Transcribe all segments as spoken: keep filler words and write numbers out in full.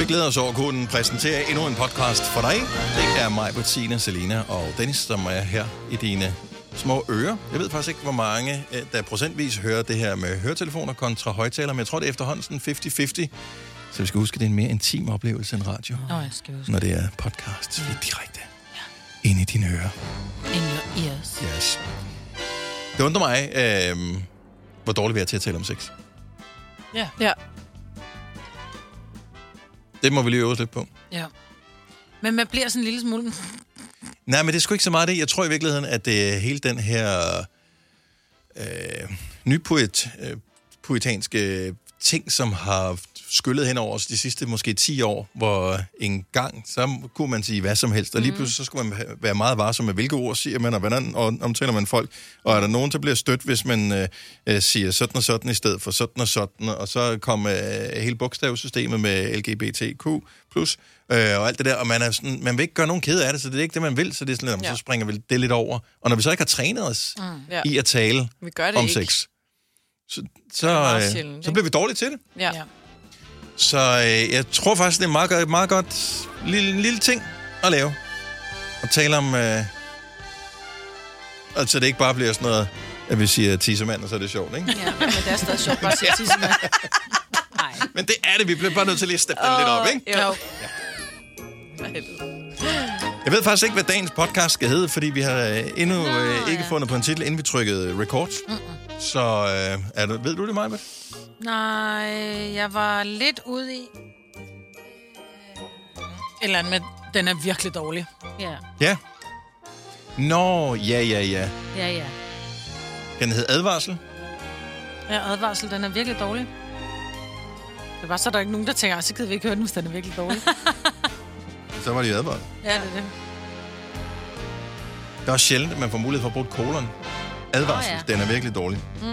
vi glæder os over at kunne præsentere endnu en podcast for dig. Det er mig, Bettina, Selina og Dennis, som er her i dine små ører. Jeg ved faktisk ikke, hvor mange, der procentvis hører det her med høretelefoner kontra højtaler, men jeg tror, det er efterhånden sådan halvtreds halvtreds. Så vi skal huske, at det er en mere intim oplevelse end radio. Nå, jeg skal huske. Når det er podcast, lidt direkte ja. Ind i dine ører. In your ears. Yes. Det undrer mig, øh, hvor dårligt vi er til at tale om sex. Ja. Ja. Det må vi lige øve os lidt på. Ja. Men man bliver sådan en lille smule... Nej, men det er sgu ikke så meget det. Jeg tror i virkeligheden, at det er hele den her øh, nypoet, øh, poetanske ting, som har skyllet hen over os de sidste måske ti år, hvor en gang, så kunne man sige hvad som helst, og lige pludselig så skulle man være meget varsom med, hvilke ord siger man, og hvordan omtaler man folk, og er der nogen, der bliver stødt, hvis man øh, siger sådan og sådan i stedet for sådan og sådan, og så kom øh, hele bogstavsystemet med L G B T Q plus, øh, og alt det der, og man, er sådan, man vil ikke gøre nogen kede af det, så det er ikke det, man vil, så det er sådan lidt, ja. Så springer vi det lidt over. Og når vi så ikke har trænet os mm. ja. I at tale om sex, så, så, øh, sjældent, så bliver vi dårlige til det. Ja. ja. Så øh, jeg tror faktisk, det er meget godt, meget godt lille, en lille ting at lave. Og tale om... Øh, altså det ikke bare bliver sådan noget, at vi siger tissemand, og så er det sjovt, ikke? Ja, men det er stadig sjovt bare at sige tissemand. Nej. Men det er det, vi bliver bare nødt til lige at steppe den oh, lidt op, ikke? Jo. Ja. Jeg ved faktisk ikke, hvad dagens podcast skal hedde, fordi vi har øh, endnu Nå, øh, ikke ja. fundet på en titel, inden vi trykkede record. Mm-mm. Så øh, er du, ved du det, Majbert? Nej, jeg var lidt ude i... Eller med, den er virkelig dårlig. Ja. Ja. Nå, ja, ja, ja. Ja, ja. Den hed Advarsel. Ja, Advarsel, den er virkelig dårlig. Det var så, der er ikke nogen, der tænker, så gider vi ikke høre den, hvis den er virkelig dårlig. Så var det jo advarsel. Ja, det er det. Det er også sjældent, at man får mulighed for at bruge et kolon. Advarsel, oh, ja. Den er virkelig dårlig. Mm.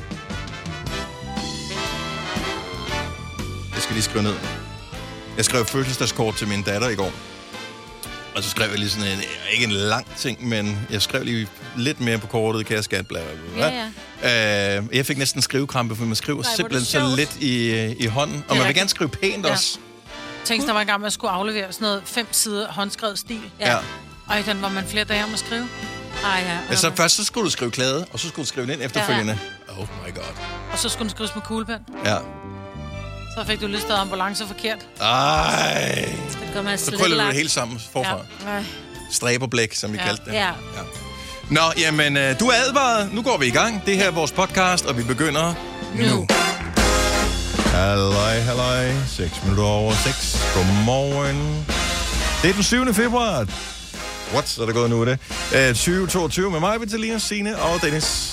Jeg skal lige skrive ned. Jeg skrev fødselsdagskort til min datter i går. Og så skrev jeg lige sådan en, ikke en lang ting, men jeg skrev lige lidt mere på kortet, kære skat, bla, bla, bla. Ja, ja. Uh, jeg fik næsten skrivekrampe, for man skriver Nej, simpelthen så lidt i, i hånden. Og man vil gerne skrive pænt ja. Også. Tænk, der var en gang, man skulle aflevere sådan noget fem sider håndskrevet stil. Ja. Og den var man flere dage om at skrive. Ej, ja. Ja, så først så skulle du skrive klade, og så skulle du skrive den ind efterfølgende. Ja, ja. Oh my god. Og så skulle den skrives med kuglepen. Ja. Så fik du listet ambulance forkert. Ej. Så krøller du det hele sammen forfra. Ja. Stræberblæk, som vi ja. kaldte det. Ja. Ja. Nå, jamen, du er advaret. Nu går vi i gang. Det her er vores podcast, og vi begynder nu. nu. Halløj, halløj. seks minutter over seks. Godmorgen. Det er den syvende februar. What? Så er det gået nu, det? Uh, tyve toogtyve med mig, Vitalina, Signe og Dennis.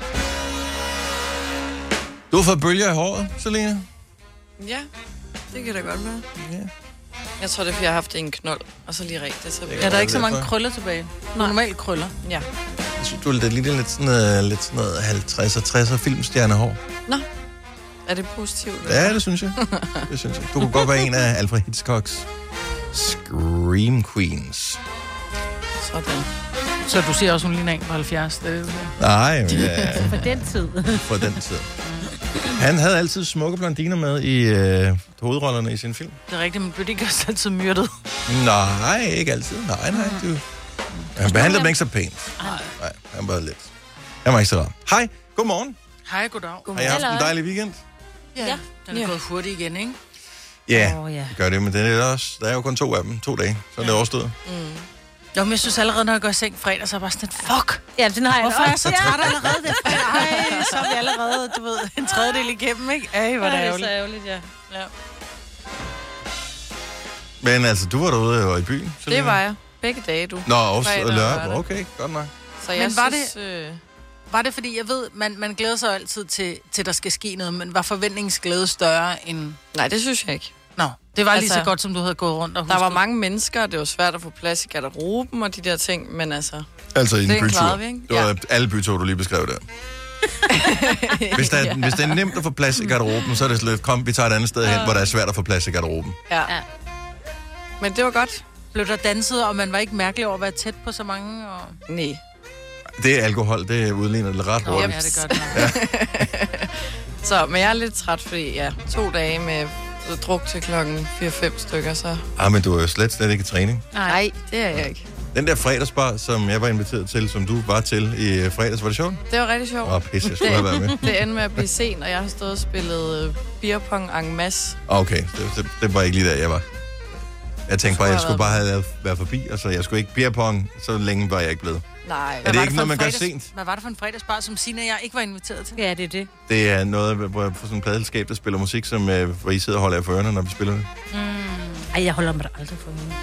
Du har fået bølger i håret, Selina. Ja, det kan da godt være. Ja. Jeg tror, det er, fordi jeg har haft en knold, og så lige rigtigt. Så ja, der er ikke så mange krøller tilbage. Normalt krøller. Ja. Jeg synes, du er lidt, lidt, sådan noget, lidt sådan noget halvtredser, tresser filmstjernehår. Nå, er det positivt? Ja, det synes jeg. Det synes jeg. Du kunne godt være en af Alfred Hitchcocks Scream Queens. Sådan. Så du siger også, hun ligner en på halvfjerds? Det Nej, men ja. For den tid. For den tid. Han havde altid smukke blondiner med i øh, hovedrollerne i sin film. Det er rigtigt, men blev det ikke også altid myrdet? Nej, ikke altid. Nej, nej. Du. Han behandlede dem ikke så pænt. Nej. Nej, han var lidt. Han var ikke så rar. Hej, godmorgen. Hej, goddag. Har I haft en dejlig weekend? Ja, ja. Den er ja. gået hurtigt igen, ikke? Ja, oh, ja. Det gør det, men det er også, der er jo kun to af dem. To dage, så er det overstået. Mm. Jo, men jeg synes allerede, når jeg går i seng fredag, så er jeg bare sådan et fuck. Ja, den har jeg. Hvorfor er jeg så træt allerede? Det er Ej, så er vi allerede, du ved, en tredjedel igennem, ikke? Ej, hvor er det ærgerligt. Det er så ærgerligt, ja. ja. Men altså, du var derude og i byen? Så det var jeg. Begge dage, du. Nå, også lørdag. Okay, godt nok. Så jeg men var synes, det... Øh... Var det, fordi jeg ved, man, man glæder sig altid til, til, der skal ske noget, men var forventningsglæde større end... Nej, det synes jeg ikke. Nå, det var altså, lige så altså, godt, som du havde gået rundt og husket. Der var mange mennesker, og det var svært at få plads i garderoben og de der ting, men altså... Altså i en bytur. Vi, det var ja. alle byture, du lige beskrev der. hvis, der er, ja. hvis det er nemt at få plads i garderoben, så er det slet, kom, vi tager et andet sted hen, hvor der er svært at få plads i garderoben. Ja. ja. Men det var godt. Blev der danset, og man var ikke mærkelig over at være tæt på så mange? Og... Nej. Det er alkohol, det udligner det ret hurtigt. Ja, det gør det. Ja. Så, men jeg er lidt træt, fordi ja, to dage med Så druk til klokken fire fem stykker, så... Ah, men du er jo slet, slet ikke i træning. Nej, det er jeg ikke. Den der fredagsbar, som jeg var inviteret til, som du var til i fredags, var det sjovt? Det var rigtig sjovt. Åh, oh, pisse, jeg skulle have været med. Det endte med at blive sent, og jeg har stået og spillet beerpong en masse. Okay, det, det, det var ikke lige der, jeg var. Jeg tænkte bare, jeg skulle bare have været, været forbi, og så jeg skulle ikke beerpong, så længe var jeg ikke blevet. Nej. Er det ikke noget, man fredags... gør sent? Hvad var det for en fredagsbar, som Signe og jeg ikke var inviteret til? Ja, det er det. Det er noget, hvor jeg får sådan en pladelskab, der spiller musik, som, hvor I sidder og holder af for ørerne, når vi spiller det. Mm. Ej, jeg holder mig da aldrig for noget.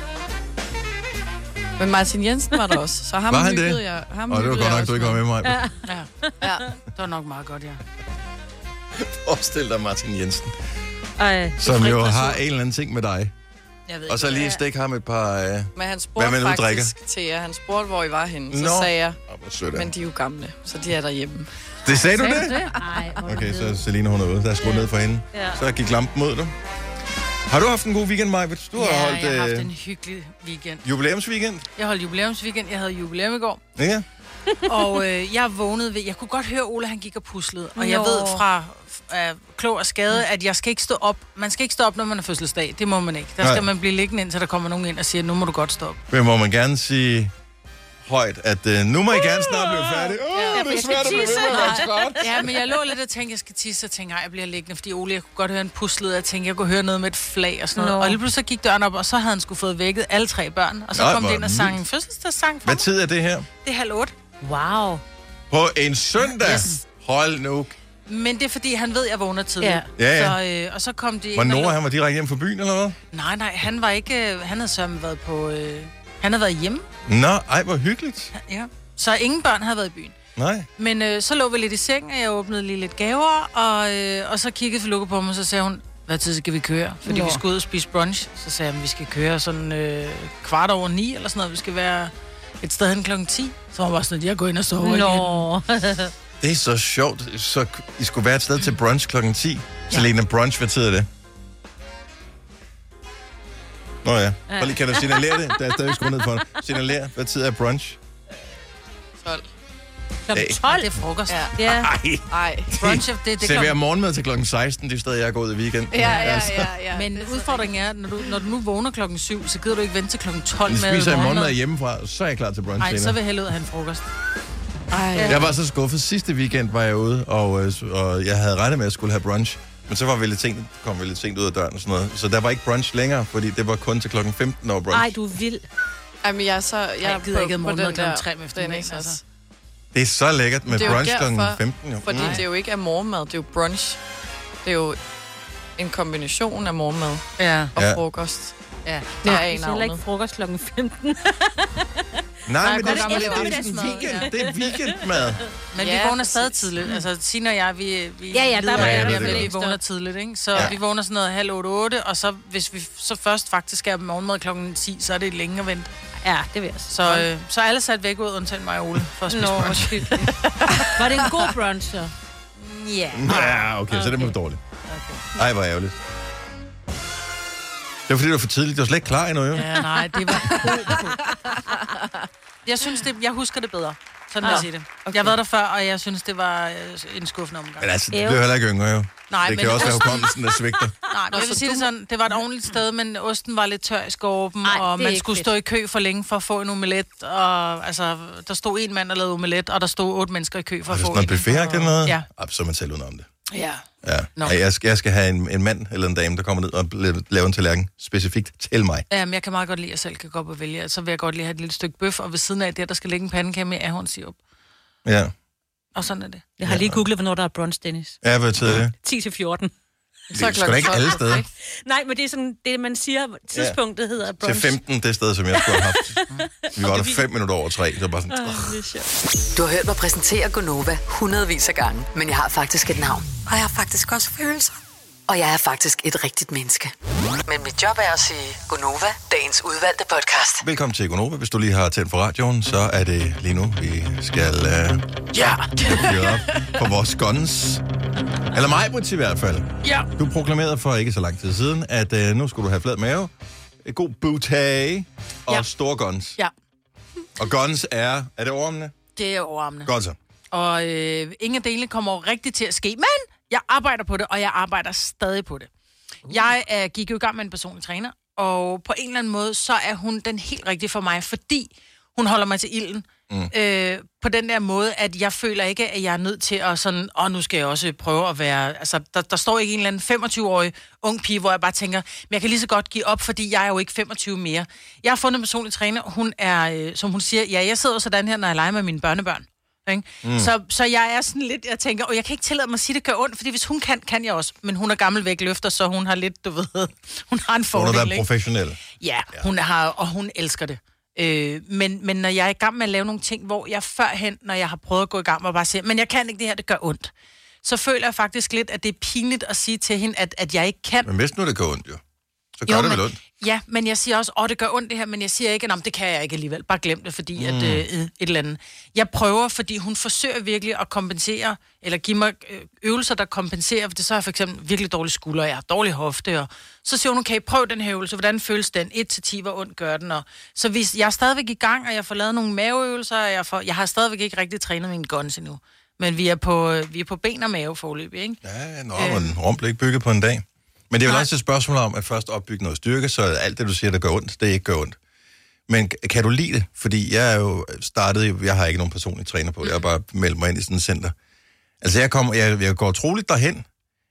Men Martin Jensen var der også, så ham var han hyggede det? jeg. Ham Og det var godt nok, du ikke var med mig. Ja. ja. ja, det var nok meget godt, ja. Forestil dig Martin Jensen, Ej, som jo har en eller anden ting med dig. Jeg ved Og så ikke, lige stikke ham et par... Øh... Men han spurgte Hvad faktisk til jer. Han spurgte, hvor I var henne. Så Nå. sagde jeg, Oh, men de er jo gamle, så de er derhjemme. det sagde du sagde det? du det? Ej, Okay, så Selina, hun er ude. Der er skruet Ja. ned for hende. Ja. Så gik lampen mod dig. Har du haft en god weekend, Majbet? Du har Ja, holdt jeg har haft øh, en hyggelig weekend. jubilæumsweekend. Jeg holdt jubilæumsweekend. Jeg havde jubilæum i går. Ja. Og øh, jeg vågnede ved... Jeg kunne godt høre, Ole han gik og puslede. Og jeg Nå. ved fra øh, klog og skade, at jeg skal ikke stå op. Man skal ikke stå op, når man er fødselsdag. Det må man ikke. Der Nej. skal man blive liggende, indtil der kommer nogen ind og siger, nu må du godt stå op. Men må man gerne sige højt, at øh, nu må I gerne snart blive færdig. Åh, Ja, det er jeg svært at blive ved med at være træt. Ja, men jeg lå lidt og tænkte, jeg skal tisse, og tænkte, jeg bliver liggende, fordi Ole, jeg kunne godt høre en puslede, jeg tænkte, jeg kunne høre noget med et flag og sådan noget. Nå. Og lige pludselig så gik døren op, og så havde han skulle fået vækket alle tre børn, og så Nej, kom hvor det ind og sang en vildt. fødselsdagssang for Hvad mig. tid er det her? Det er halv otte. wow. På en søndag? Yes. Hold nu. Men det er fordi, han ved, at jeg vågner tidligt. Ja. Ja, ja. Så, øh, og så kom de Var ind og Nora, lå- han var direkte hjem fra byen, eller hvad? Nej, nej, han var ikke... øh, Han havde sørme været på... Øh, han havde været hjemme. Nå, ej, hvor hyggeligt. Ja. Så ingen børn havde været i byen. Nej. Men øh, så lå vi lidt i seng, og jeg åbnede lige lidt gaver, og, øh, og så kiggede Feluca på mig, og så sagde hun, hvad tid skal vi køre? Fordi Nå. vi skulle ud og spise brunch. Så sagde jeg, vi skal køre sådan øh, kvart over ni, eller sådan noget. Vi skal være et sted hen klokken ti. Så var jeg bare sådan, at jeg går ind og sover igen. Nå. Det er så sjovt. Så I skulle være et sted til brunch klokken ti. Ja. Selena, brunch, hvad tid er det? Nå ja. Prøv lige, kan du signalere det? Der er stadig skruet ned for det. Signalere, hvad tid er brunch? tolv. klokken Hey. Nej, tolv. det er frokost. Ja. Ja. Ej. Ej. Brunch, det, det er Serverer klokken... morgenmad til klokken seksten, det er stadig, jeg er gået i weekend. Ja, ja, Altså, ja, ja. Men Det er så udfordringen er, når du, når du nu vågner klokken syv, så gider du ikke vente til klokken tolv Hvis med spiser jeg morgenmad morgenmad. hjemmefra, så er jeg klar til brunch Nej, så senere. vil jeg hellere ud og have en frokost. Ej. Jeg var så skuffet. Sidste weekend var jeg ude, og, øh, og jeg havde regnet med, at jeg skulle have brunch. Men så var vi lidt sent, kom vi lidt sent ud af døren og sådan noget. Så der var ikke brunch længere, fordi det var kun til klokken femten over brunch. Ej, du er vild. Jamen, jeg er så... Jeg, Jeg er gider på- ikke have på morgenmad den klokken der- tre om eftermiddagen, Dennis altså. også. Det er så lækkert med Det er jo brunch klokken derfor, femten. Jo. Fordi Mm. det jo ikke er morgenmad, det er jo brunch. Det er jo en kombination af morgenmad Ja. og Ja. frokost. Ja. Det er Nej, en det er heller ikke frokost klokken femten. Nej, men kun det er, gammel det er aftensmad, weekend. ja. Det er weekendmad. Men Ja, vi vågner præcis. stadig tidligt. Altså, Signe og jeg, vi, vi Ja, ja, der lider var af jeg det, ved at det vi godt. vågner tidligt, ikke? Så Ja. ja. vi vågner sådan noget halv otte, otte, og så hvis vi så først faktisk skal have morgenmad klokken ti, så er det længe at vente. Ja, det vil jeg så. Så, øh, så er alle sat væk ud, undtagen mig og Ole, for at spise Nå, brunch. var det en god brunch, så? Ja. Ja, okay, så det var dårligt. Ej, hvor ærgerligt. Det var fordi, det var for tidligt. Det var slet ikke klar endnu, jo. Ja, nej, det var cool. Jeg synes, det, jeg husker det bedre. Sådan vil jeg Ah, sige det. Okay. Jeg har været der før, og jeg synes, det var øh, en skuffende omgang. Men altså, det Ew. bliver heller ikke yngre, jo. Nej, Det men kan også være osten- hukommelsen, der svigter. Nej, men jeg så vil sige du- det sådan, det var et ordentligt sted, men osten var lidt tør i skorpen, Ej, og det er man ikke skulle fedt. stå i kø for længe for at få en omelet, og altså, der stod en mand, der lavede omelet, og der stod otte mennesker i kø for Og at det er få sådan noget en. buffet eller noget? Ja. Ej, så er man selv udenom det. Ja. Ja. Nå. Ej, jeg, skal, jeg skal have en, en mand eller en dame, der kommer ned og la- laver en tallerken specifikt til mig. Jamen, jeg kan meget godt lide, at jeg selv kan gå op og vælge. Så vil jeg godt lige have et lille stykke bøf, og ved siden af det, der skal ligge en pandekage med ahornsirup. Ja. Og sådan er det. Jeg har lige googlet, hvornår der er brunch, Dennis. Ja, hvad tid er det? ti til fjorten. Det er sgu da ikke alle steder. Nej, men det er sådan, det man siger, tidspunktet hedder Til brunch. femten, det sted, som jeg skulle have haft. Vi var der fem minutter over tre. Det var bare sådan... Ah, det er sjovt. Du har hørt mig præsentere Gonova hundredvis af gange, men jeg har faktisk et navn. Og jeg har faktisk også følelser. Og jeg er faktisk et rigtigt menneske. Men mit job er at sige Gonova, dagens udvalgte podcast. Velkommen til Gonova. Hvis du lige har tændt for radioen, så er det lige nu, vi skal uh, Ja! fyre op på vores guns. Eller mig, Britt, i hvert fald. Ja! Du proklamerede for ikke så lang tid siden, at uh, nu skulle du have flad mave, et god booty og Ja. store guns. Ja, Og guns er... Er det ormene? det er overarmene. Godt så. Og øh, ingen af delene kommer jo rigtigt til at ske, men jeg arbejder på det, og jeg arbejder stadig på det. Jeg uh, gik jo i gang med en personlig træner, og på en eller anden måde, så er hun den helt rigtige for mig, fordi hun holder mig til ilden. Mm. Øh, på den der måde, at jeg føler ikke, at jeg er nødt til at sådan, åh, nu skal jeg også prøve at være, altså, der, der står ikke en eller anden femogtyve-årig ung pige, hvor jeg bare tænker, men jeg kan lige så godt give op, fordi jeg er jo ikke femogtyve mere. Jeg har fundet en personlig træner, hun er, øh, som hun siger, ja, jeg sidder sådan her, når jeg leger med mine børnebørn. Mm. Så, så jeg er sådan lidt, jeg tænker, og jeg kan ikke tillade mig at sige, det gør ondt, fordi hvis hun kan, kan jeg også. Men hun er gammel vægtløfter, så hun har lidt, du ved, hun har en fordel. Hun har været professionel. Ja, hun har, og hun elsker det. Øh, men, men når jeg er i gang med at lave nogle ting, hvor jeg førhen, når jeg har prøvet at gå i gang med at bare sige, men jeg kan ikke det her, det gør ondt. Så føler jeg faktisk lidt, at det er pinligt at sige til hende, at, at jeg ikke kan. Men hvis nu det gør ondt, jo. Så gør jo, det men, vel ondt. Ja, men jeg siger også, åh, det gør ondt det her, men jeg siger ikke, at det kan jeg ikke alligevel. Bare glem det, fordi mm. at øh, et eller andet. Jeg prøver, fordi hun forsøger virkelig at kompensere, eller give mig øvelser, der kompenserer, for det så er for eksempel virkelig dårlige skuldre, jeg har dårlig hofte, og så siger hun, okay, prøv den her øvelse, hvordan føles den? et til ti, hvor ondt gør den? Og så hvis jeg er stadigvæk i gang, og jeg får lavet nogle maveøvelser, og jeg, får, jeg har stadigvæk ikke rigtig trænet min guns endnu. Men vi er på, vi er på ben og mave forløbig, ikke? Ja, nå, øhm. men rump ikke bygget på en dag. Men det er jo også et spørgsmål om, at først opbygge noget styrke, så alt det, du siger, der gør ondt, det ikke gør ondt. Men kan du lide det? Fordi jeg er jo startet, jeg har ikke nogen personlig træner på, jeg har bare meldt mig ind i sådan et center. Altså, jeg, kommer, jeg, jeg går troligt derhen.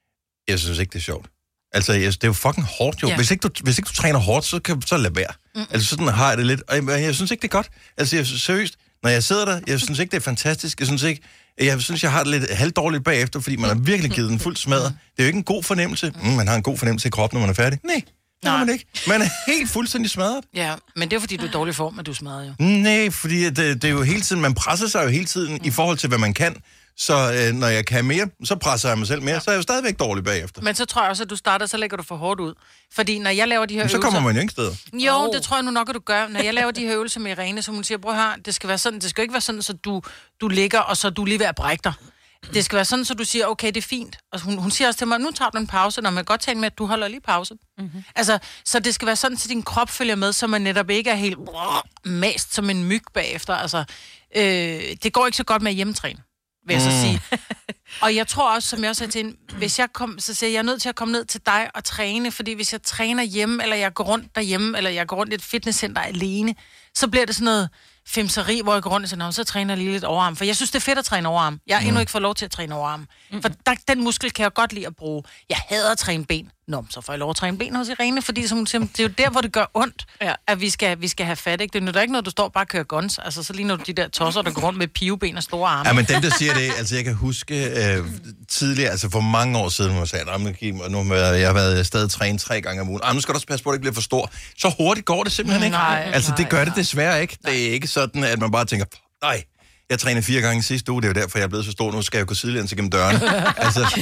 Jeg synes ikke, det er sjovt. Altså, jeg, det er jo fucking hårdt, jo. Ja. Hvis, ikke du, hvis ikke du træner hårdt, så kan så lade være. Mm. Altså, sådan har jeg det lidt. Og jeg, jeg synes ikke, det er godt. Altså, jeg, seriøst, når jeg sidder der, jeg synes ikke, det er fantastisk. Jeg synes ikke, jeg synes, jeg har det lidt halvdårligt bagefter, fordi man har virkelig givet den fuld smadret. Det er jo ikke en god fornemmelse. Mm, man har en god fornemmelse i kroppen, når man er færdig. Nej, det har man ikke. Man er helt fuldstændig smadret. Ja, men det er fordi, du er dårlig form, at du er smadret, jo. Nej, fordi det, det er jo hele tiden, man presser sig jo hele tiden mm. i forhold til, hvad man kan. Så øh, når jeg kan mere, så presser jeg mig selv mere, ja. Så er jeg jo stadigvæk dårlig bagefter. Men så tror jeg også, at du starter, så lægger du for hårdt ud. Fordi når jeg laver de her men så øvelser... kommer man jo ikke sted. Jo, oh. det tror jeg nu nok, at du gør. Når jeg laver de her øvelser med Irene, så hun siger, prøv her, det skal være sådan, det skal ikke være sådan, så du, du ligger, og så du lige ved at brække dig. Det skal være sådan, så du siger, okay, det er fint. Og hun, hun siger også til mig, nu tager du en pause, når man godt tænker med, at du holder lige pause. Mm-hmm. Altså, så det skal være sådan, så din krop følger med, så man netop ikke er helt mast som en myg bagefter. Altså, øh, det går ikke så godt med at hjemmetræne, vil jeg mm. så sige. Og jeg tror også, som jeg også sagde til hende, hvis jeg kom, så siger jeg, jeg er nødt til at komme ned til dig og træne, fordi hvis jeg træner hjemme, eller jeg går rundt derhjemme, eller jeg går rundt i et fitnesscenter alene, så bliver det sådan noget femseri, hvor jeg går rundt og siger, så træner jeg lige lidt overarm. For jeg synes, det er fedt at træne overarm. Jeg har mm. endnu ikke fået lov til at træne overarm. Mm. For der, den muskel kan jeg godt lide at bruge. Jeg hader at træne ben. Nå, så får jeg lov at træne ben hos Irene, fordi som hun siger, det er jo der, hvor det gør ondt, ja. At vi skal, vi skal have fat. Ikke? Det er jo ikke noget, du står bare og kører guns. Altså, så ligner du de der tosser, der går rundt med piveben og store arme. Ja, men dem, der siger det, altså jeg kan huske øh, tidligere, altså for mange år siden, hvor jeg sagde, nu har jeg været stadig trænet tre gange om ugen. Nu skal du også passe på, at det ikke bliver for stor. Så hurtigt går det simpelthen ikke. Nej, altså, det gør nej, det desværre ikke. Nej. Det er ikke sådan, at man bare tænker, nej, jeg trænede fire gange sidste uge, det er jo derfor, jeg er blevet så stor, nu skal jeg gå sidelæns igennem dørene. Altså.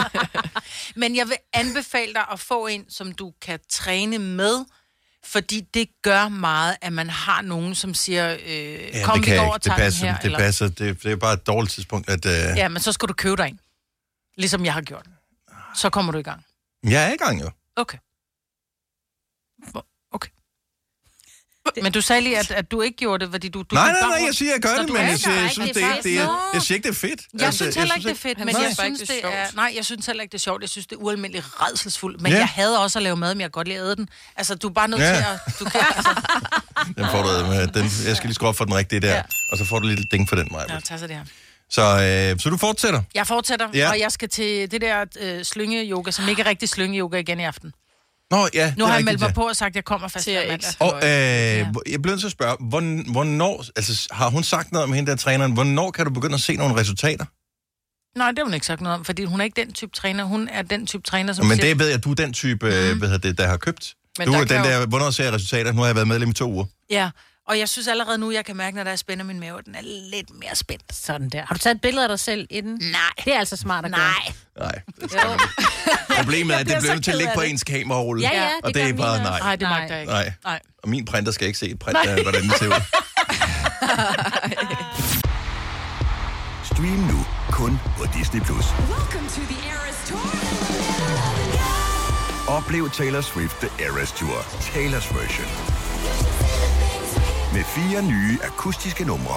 Men jeg vil anbefale dig at få en, som du kan træne med, fordi det gør meget, at man har nogen, som siger, øh, ja, kom vi går og tager det passer, den her. Det eller... passer, det, det er bare et dårligt tidspunkt. At, øh... Ja, men så skal du købe dig en, ligesom jeg har gjort. Så kommer du i gang. Jeg er i gang, jo. Okay. Okay. Men du sagde lige, at, at du ikke gjorde det, fordi du... du nej, nej, nej, jeg siger, jeg gør det, men jeg, siger, jeg, nej, synes, det det er ikke, det er, jeg siger ikke, det er fedt. Jeg altså, synes heller ikke, det er fedt, men jeg synes, det det er... Nej, jeg synes heller ikke, det er sjovt. Jeg synes, det er ualmindeligt rædselsfuldt. Men ja. Jeg hader også at lave mad, men jeg kan godt lide at æde den. Altså, du er bare nødt ja. til at... Du kan, altså... Den får du med. Den, jeg skal lige skrue op for den rigtige der, ja. Og så får du lidt ding for den, Maja. Ja, tag så det her. Så, øh, så du fortsætter? Jeg fortsætter, ja. Og jeg skal til det der øh, slynge-yoga, som ikke er rigtig slynge-yoga igen i aften. Nå, ja. Nu har jeg meldt mig på og sagt, at jeg kommer fast hver mandag. Og øh, ja. Jeg bliver nødt til at spørge, hvornår, altså har hun sagt noget om hende der træneren, hvornår kan du begynde at se nogle resultater? Nej, det har hun ikke sagt noget om, fordi hun er ikke den type træner, hun er den type træner, som men siger... det ved jeg, du er den type, mm. hvad det, der har købt. Men du der er den jo... der, hvornår ser jeg resultater? Nu har jeg været medlem i to uger. Ja, og jeg synes allerede nu, jeg kan mærke, når der er spændt min mave, den er lidt mere spændt. Sådan der. Har du taget et billede af dig selv inden? Nej. Det er altså smart at Nej. gøre. Nej. Nej. Problemet er, at det bliver nødt til at ligge på ens kamerarulle. Ja, ja, det og det er bare nej. Nej, det magter jeg ikke. Nej. Nej. Og min printer skal ikke se et print, der, hvordan det ser ud. Stream nu kun på Disney plus. Oplev Taylor Swift The Eras Tour, Taylor's version. Med fire nye akustiske numre.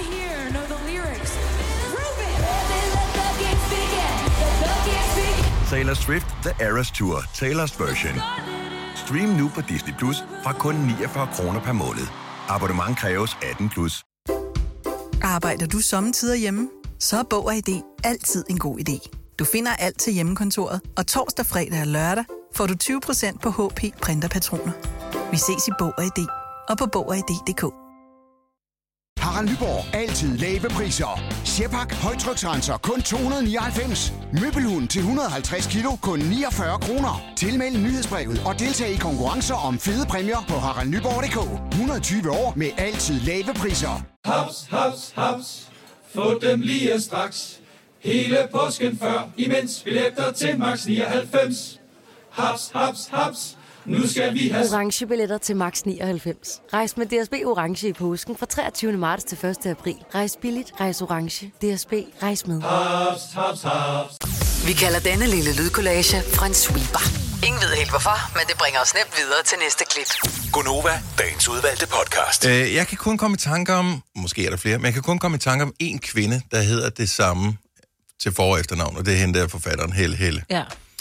Så Taylor Swift The Eras Tour, Taylor's version. Stream nu på Disney Plus fra kun niogfyrre kroner per måned. Abonnement kræves atten plus. Arbejder du sommetider hjemme? Så er Bog og I D altid en god idé. Du finder alt til hjemmekontoret, og torsdag, fredag og lørdag får du tyve procent på H P printerpatroner. Vi ses i Bog og I D og på bog og i d punktum d k. Harald Nyborg. Altid lave priser. Sjehpak højtryksrenser kun to hundrede nioghalvfems. Møbelhund til et hundrede og halvtreds kilo kun niogfyrre kroner. Tilmeld nyhedsbrevet og deltag i konkurrencer om fede præmier på harald nyborg punktum d k. et hundrede og tyve år med altid lave priser. Haps, haps, haps. Få dem lige straks. Hele påsken før, imens billetter til max nioghalvfems. Haps, haps, haps. Nu skal vi have orange billetter til max nioghalvfems. Rejs med D S B Orange i påsken fra treogtyvende marts til første april. Rejs billigt, rejs orange. D S B, rejs med. haps, haps, haps. Vi kalder denne lille lydkollage en sweeper. Ingen ved helt hvorfor, men det bringer os nemt videre til næste klip. Gonova, dagens udvalgte podcast. Øh, jeg kan kun komme i tanke om, måske er der flere, men jeg kan kun komme i tanke om en kvinde, der hedder det samme til for- og efternavn, og det er hende der forfatteren Helle Helle. Ja.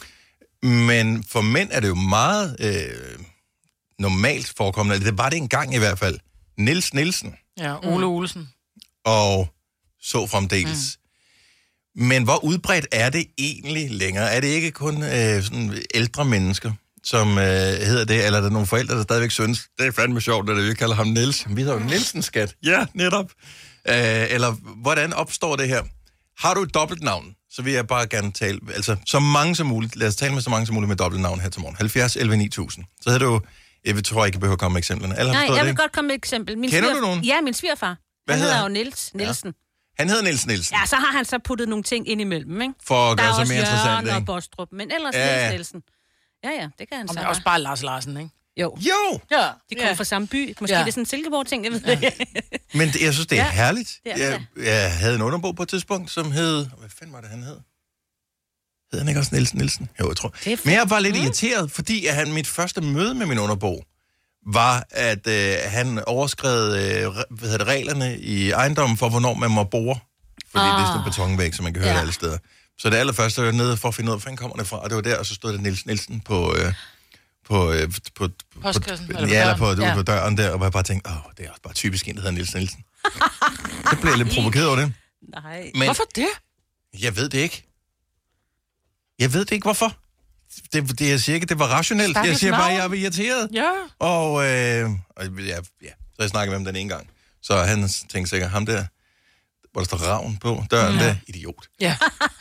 Men for mænd er det jo meget øh, normalt forekommende, det var det engang i hvert fald, Niels Nielsen. Ja, Ole Olsen. Og så fremdeles. Mm. Men hvor udbredt er det egentlig længere? Er det ikke kun øh, sådan ældre mennesker, som øh, hedder det, eller er der nogle forældre, der stadigvæk synes, det er fandme sjovt, at vi kalder ham Niels. Vi hedder jo Nielsen, skat. Ja, netop. Øh, eller hvordan opstår det her? Har du et dobbeltnavn, så vil jeg bare gerne tale, altså så mange som muligt, lad os tale med så mange som muligt med dobbeltnavn her til morgen. halvfjerds elleve ni tusind. Så hedder du, jeg tror ikke, jeg behøver at komme med eksemplerne. Alle har Nej, forstået jeg det, vil ikke? godt komme med et eksempel. Min Kender sviger... du nogen? Ja, min svigerfar. Hvad han hedder hedder han? jo Niels Nielsen. Han hedder Niels Nielsen. Ja, så har han så puttet nogle ting ind imellem, ikke? For at Der gøre er sig også mere interessant, Jørgen og ikke? Bostrup, men ellers Ja, ja. Niels Nielsen. Ja, ja, det kan han Og så. men også bare Lars Larsen, ikke? Jo. Jo! Ja. De kommer ja. fra samme by. Måske Ja. det er sådan en Silkeborg-ting, jeg ved det. Men det, jeg synes, det er Ja, herligt. det er Jeg, jeg havde en underbo på et tidspunkt, som hed... Hvad fanden var det, han hed? Hed han ikke også Niels Nielsen? Jo, jeg tror. Men jeg var lidt irriteret, fordi at han, mit første møde med min underbo var, at øh, han overskred øh, hvad hedder det, reglerne i ejendommen for, hvornår man må bore. Fordi ah. det er sådan en betonvæg, som man kan høre ja. alle steder. Så det allerførste, jeg var nede for at finde ud af, hvor kommer det fra, og det var der, og så stod der Niels Nielsen på... Øh, på, øh, på, på, Postkassen, på, eller på ja, eller på, døren. ude Ja. på døren der, og jeg bare tænkte, åh, det er også bare typisk en, der hedder Niels Nielsen. Så blev jeg lidt provokeret over det. Nej. Men, Hvorfor det? Jeg ved det ikke. Jeg ved det ikke, hvorfor. Det, det jeg siger ikke, det var rationelt. Stakkels Jeg siger bare, navn. jeg var irriteret. Ja. Og, øh, og ja, ja, så jeg snakkede med ham den ene gang. Så han tænkte sikkert, ham der, hvor der står Ravn på døren, ja. der, idiot. Ja.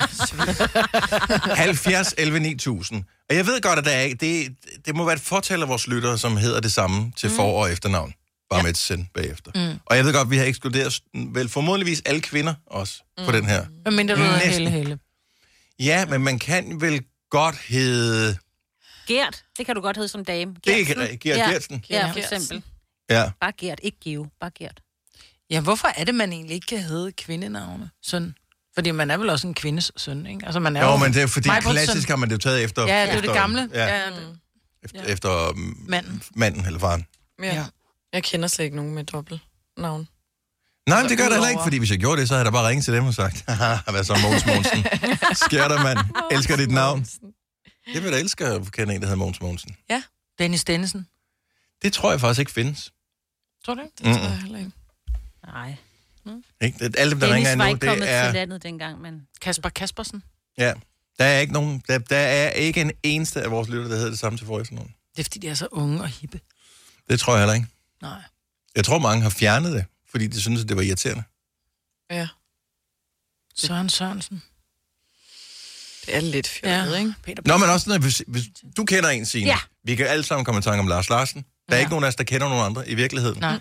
halvfjerds elleve ni tusind. Og jeg ved godt, at der er, det, det må være et fortal af vores lyttere, som hedder det samme til mm. for- og efternavn. Bare ja. med et send bagefter. Mm. Og jeg ved godt, at vi har ekskluderet vel formodentligvis alle kvinder også mm. på den her. Hvad mindre du hedder Næsten. Helle Helle? Ja, men man kan vel godt hedde... Gert, det kan du godt hedde som dame. Det er Gertsen. Gert ja. Gertsen. Ja, for eksempel. Ja. Bare Gert, ikke Geo. Bare Gert. Ja, hvorfor er det, man egentlig ikke kan hedde kvindenavne? Søn. Fordi man er vel også en kvindes søn, ikke? Altså, man er Jo, jo men det er fordi Majbruts klassisk søn. har man det jo taget efter... Ja, det er jo efter, det gamle. Ja, Ja, det, efter, ja. efter um, Manden. manden eller faren. Ja. Ja. Jeg kender slet ikke nogen med dobbeltnavn. Nej, men det gør det heller udover- ikke, fordi hvis jeg gjorde det, så havde jeg da bare ringet til dem og sagt, haha, hvad så, Mogens Mogensen? Sker der, mand? Elsker dit navn? Det vil jeg da elske at kende en, der hedder Mogens Mogensen. Dennis Dennisen. Det tror jeg faktisk ikke findes. Tror du ikke? Det tror jeg heller ikke. Nej. Ikke? Det, alle dem, der ringer Dennis var ind nu, ikke kommet det er... til landet dengang, men... Kasper Kaspersen. Ja, der er ikke nogen... Der, der er ikke en eneste af vores lytter, der hedder det samme til forrige nogen. Det er, fordi de er så unge og hippe. Det tror jeg heller ikke. Nej. Jeg tror, mange har fjernet det, fordi de synes, at det var irriterende. Ja, Søren Sørensen. det er lidt fjollet, Ja. ikke? Peter Nå, men også, når, hvis, hvis du kender en, Signe. Ja. Vi kan alle sammen komme i tanke om Lars Larsen. Der er Ja. ikke nogen af os, der kender nogen andre i virkeligheden. Nej.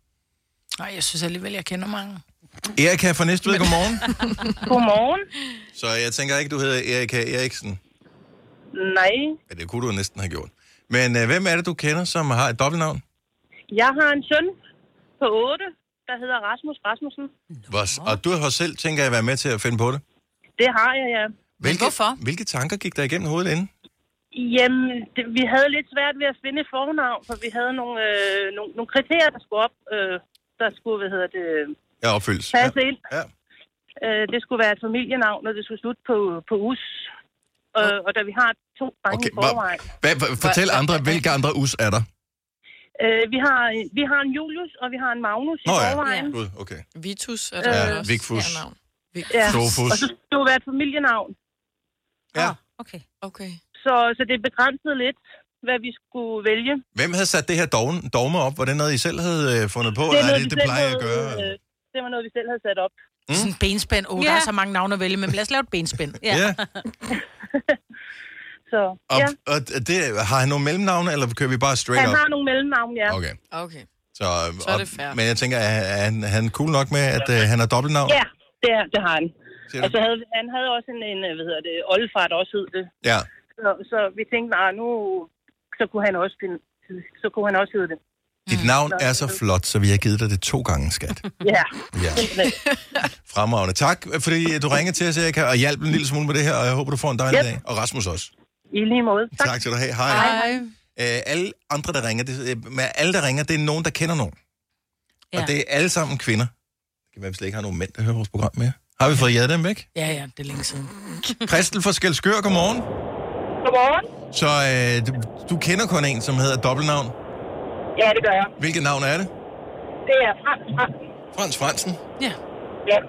Nej, jeg synes alligevel, jeg kender mange. Erika fra Næstved, godmorgen. Godmorgen. Så jeg tænker ikke, du hedder Erika Eriksen. Nej, Ja, det kunne du næsten have gjort. Men øh, hvem er det, du kender, som har et dobbeltnavn? jeg har en søn på otte, der hedder Rasmus Rasmussen. Hvor- Og du har selv, tænker jeg, været med til at finde på det. Det har jeg, ja. Hvilke, hvorfor? Hvilke tanker gik der igennem hovedet inden? Jamen, det, vi havde lidt svært ved at finde et fornavn, for vi havde nogle, øh, nogle, nogle kriterier, der skulle op, øh, der skulle, hvad hedder det, Jeg opfyldes. passe ind. Ja. Øh, det skulle være et familienavn, og det skulle slutte på, på us. øh, og da vi har to drenge Okay, i forvejen. Hvad, hvad, fortæl andre, hvilke andre us er der? Øh, vi, har, vi har en Julius, og vi har en Magnus Nå i ja, forvejen. Gud, okay. Vitus er der Ja, også. Vigfus. Ja, navn. Ja. Sofus. Og så skulle det jo være et familienavn. Ja. Okay. Okay. Så, så det begrænsede lidt, hvad vi skulle vælge. Hvem havde sat det her dogme, dogme op? Var det noget, I selv havde øh, fundet på? Det er eller er noget, det, vi det selv plejer jeg at havde, gøre? øh, Det var noget, vi selv havde sat op. Mm. Sådan en benspænd. Åh, oh, Ja. der er så mange navne at vælge, men lad os lave et benspænd. Ja. Ja. Så, Og, ja. og det, har han nogle mellemnavne, eller kører vi bare straight Han up? har nogle mellemnavn, ja. Okay. Okay. Så, Så er det fair. og, men jeg tænker, er han, er han cool nok med, at øh, han har dobbeltnavn? Ja, det, er, det har han. Siger Og så havde han havde også en, en hvad hedder det, oldefar, der også hed det. Ja. Så, så vi tænkte, nej, nu så kunne han også finde, så kunne han også hedde det. Dit navn er så flot, så vi har givet dig det to gange, skat. Ja. Ja. Fremragende. Tak, fordi du ringede til os, Erika, og hjalp en lille smule med det her, og jeg håber, du får en dejlig Yep. dag. Og Rasmus også. I lige måde. Tak. Tak skal du have. Hej. Hej. Øh, alle andre, der ringer, det, øh, med alle, der ringer, det er nogen, der kender nogen. Ja. Og det er alle sammen kvinder. Det kan være, vi slet ikke har nogen mænd, der hører vores program mere. Har vi fået jaget dem væk? Ja, ja, det er længe siden. Christel fra Skelskør, godmorgen. Godmorgen. Så øh, du, du kender kun en, som hedder dobbeltnavn. Ja, det gør jeg. Hvilket navn er det? Det er Frans Fransen. Frans Fransen. Ja. Ja.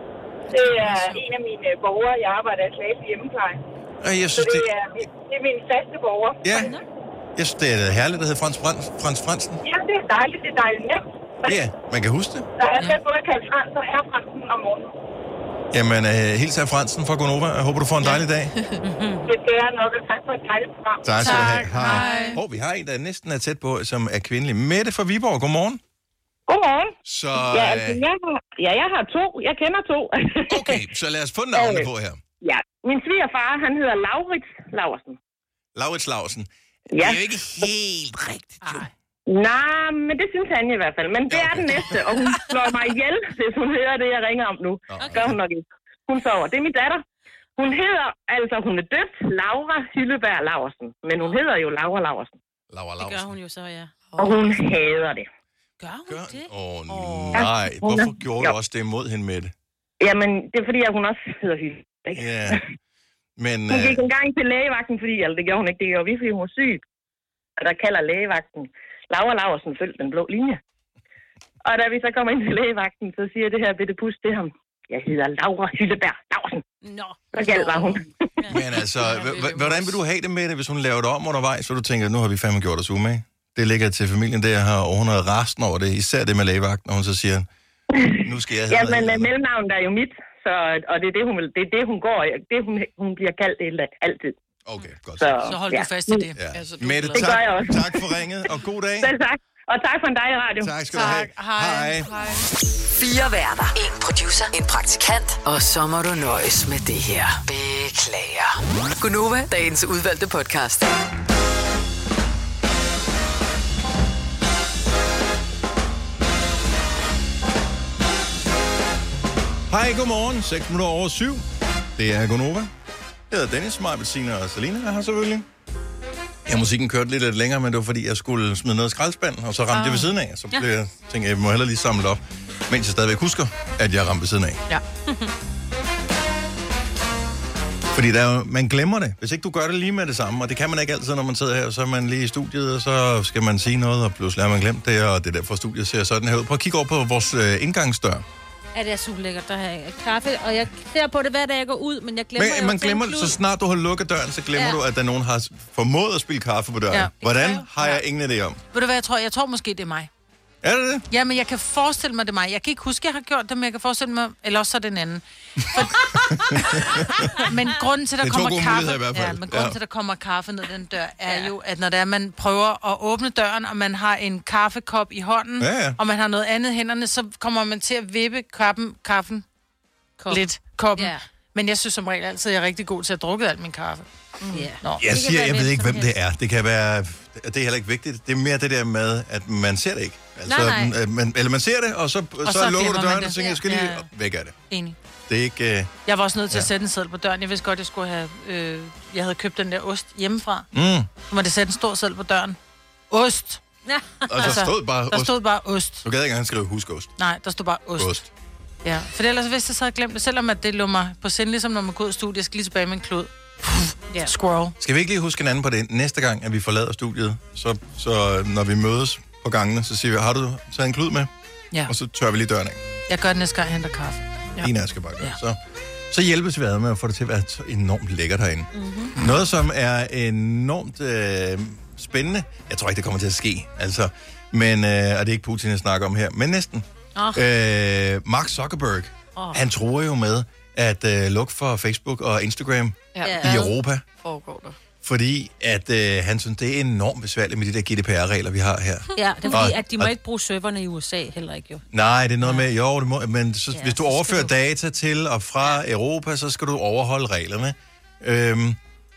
Det er en af mine borgere, jeg arbejder i klasse hjemmepleje. Og jeg Så synes, det det, er, det er min faste borger. ja, jeg synes, det er herligt, der hedder Frans, Frans, Frans Fransen. Ja, det er dejligt. Det er dejligt nemt. Ja, man kan huske det. Der er selv både kaldt Frans og herre Fransen om morgenen. Jamen, øh, hils af Fransen fra Gonova. Jeg håber, du får en dejlig dag. Det skal jeg nok, og tak for et dejligt program. Tak skal du have. Hej. Og vi har en, der næsten er tæt på, som er kvindelig. Mette fra Viborg, godmorgen. Godmorgen. Så, Ja, altså, jeg har, ja, jeg har to. Jeg kender to. okay, så lad os få navnene på her. Ja, min svigerfar, han hedder Laurits Laursen. Laurits Lausen. Ja. Det er jo ikke helt rigtigt, jo. Nej, men det synes han i hvert fald. Men det Ja, er okay. den næste, og hun slår mig ihjel, hvis hun hører det, jeg ringer om nu. Okay. Gør hun nok ikke. Hun sover. Det er min datter. Hun hedder, altså hun er døbt Laura Hylleberg Laursen. Men hun hedder jo Laura Laursen. Laura Det gør Lausen. hun jo så, ja. Og hun hader det. Gør hun Gør... det? Åh, oh, nej. Hvorfor gjorde du også det imod hende, Mette? Jamen, det er fordi, at hun også hedder Hylle. ikke? Ja. Men, Hun øh, gik en gang til lægevagten, fordi, eller det gjorde hun ikke, det gjorde vi, fordi hun var syg. Og der kalder lægevagten Laura Laursen følg den blå linje. Og da vi så kommer ind til lægevagten, så siger det her bitte pus til ham, jeg hedder Laura Hylleberg Laursen. Nå. Så galt var hun. men altså, h- h- hvordan vil du have det med det, hvis hun laver det om undervejs, så du tænker, nu har vi fandme gjort os umage? Det ligger til familien der her, og hun er resten over det, især det med lægevagten, og hun så siger, nu skal jeg Ja, hedde men noget uh, andet. mellemnavnet er jo mit, så, og det er det, hun, vil, det, er det, hun går i. Det hun, hun bliver kaldt det altid. Okay, godt. Så, Så hold ja. du fast i det. Ja. Altså, du Mette, er Det gør tak, jeg også. tak for ringet, og god dag. Selv tak. Og tak for en dejlig radio. Tak skal du have. Hej. Hej. Fire værter. En producer. En praktikant. Og så må du nøjes med det her. Beklager. Gunova, dagens udvalgte podcast. Hej, godmorgen. seks minutter over syv. Det er Gonova. Jeg hedder Dennis, Maja, Bettina og Selina er her selvfølgelig. Ja, musikken kørte lidt, lidt længere, men det var fordi, jeg skulle smide noget i skraldespanden, og så ramte ah. jeg ved siden af. Så blev jeg, tænkte jeg, jeg må hellere lige samle det op, mens jeg stadigvæk husker, at jeg ramte ved siden af. Ja. Fordi der er jo, man glemmer det, hvis ikke du gør det lige med det samme, og det kan man ikke altid, når man sidder her, så er man lige i studiet, og så skal man sige noget, og pludselig har man glemt det, og det er derfor studiet ser sådan her ud. Prøv at kigge over på vores øh, indgangsdør. Ja, det er super lækkert, der har kaffe, og jeg ser på det hver dag, jeg går ud, men jeg glemmer Men jo man at tage glemmer en det, klud. så snart du har lukket døren, så glemmer ja. Ja. du, at der nogen har formået at spille kaffe på døren. Ja. Ja. Hvordan har jeg ingen idé om. Ved du hvad, jeg tror? Jeg tror måske, det er mig. Er det det? Ja, men jeg kan forestille mig, det er mig. Jeg kan ikke huske, jeg har gjort det, men jeg kan forestille mig, eller også så er det en anden. For... men grunden til, der Det er to kommer gode kaffe... muligheder i hvert fald. Ja, men grunden Ja. til, der kommer kaffe ned den dør, er jo, at når det er, man prøver at åbne døren, og man har en kaffekop i hånden, Ja, ja. og man har noget andet i hænderne, så kommer man til at vippe kaffen, kaffen Kop. lidt, koppen. Ja. Men jeg synes som regel altid, at jeg er rigtig god til at drukke alt min kaffe. Mm. Ja. Nå. Jeg kan siger, være jeg ved hvem ikke, som hvem det er. Det kan være... Det er heller ikke vigtigt. Det er mere det der med, at man ser det ikke. Altså, Nej, nej. at Man, eller man ser det, og så, og så, så så lukker glemmer du man døren, det. og tænker, jeg skal Ja. lige Ja. væk af det. Enig. Det er ikke... Uh... Jeg var også nødt til Ja. at sætte en seddel på døren. Jeg vidste godt, jeg skulle have... Øh, jeg havde købt den der ost hjemmefra. Mm. Så må det sætte en stor seddel på døren. Ost. Og så Altså, stod bare Der ost. stod bare ost. Du gad ikke engang skrive huskost. Nej, der stod bare ost. Ost. Ja, for ellers hvis jeg så havde glemt det, selvom at det lå mig på sind, ligesom når man går ud af studiet, jeg skal lige tilbage med en klud. Ja. Squirrel. Skal vi ikke lige huske hinanden på det? Næste gang, at vi forlader studiet, så, så når vi mødes på gangene, så siger vi, har du taget en klud med? Ja. Og så tør vi lige døren af. Jeg gør det næste gang, jeg henter kaffe. Ja. En af skal bare gøre. Ja. Så, så hjælpes vi ad med at få det til at være enormt lækkert herinde. Mm-hmm. Noget, som er enormt øh, spændende. Jeg tror ikke, det kommer til at ske. Altså, men, øh, og det er ikke Putin, jeg snakker om her, men næsten. Oh. Øh, Mark Zuckerberg, oh. han tror jo med at øh, lukke for Facebook og Instagram ja. i Europa. Foregår der. Fordi at øh, han synes, det er enormt besværligt med de der G D P R-regler, vi har her. Ja, det er fordi, og, at de må og, ikke bruge serverne i U S A heller ikke, jo. Nej, det er noget med, jo, det må, men så, ja, hvis du overfører du... data til og fra ja. Europa, så skal du overholde reglerne. Øhm,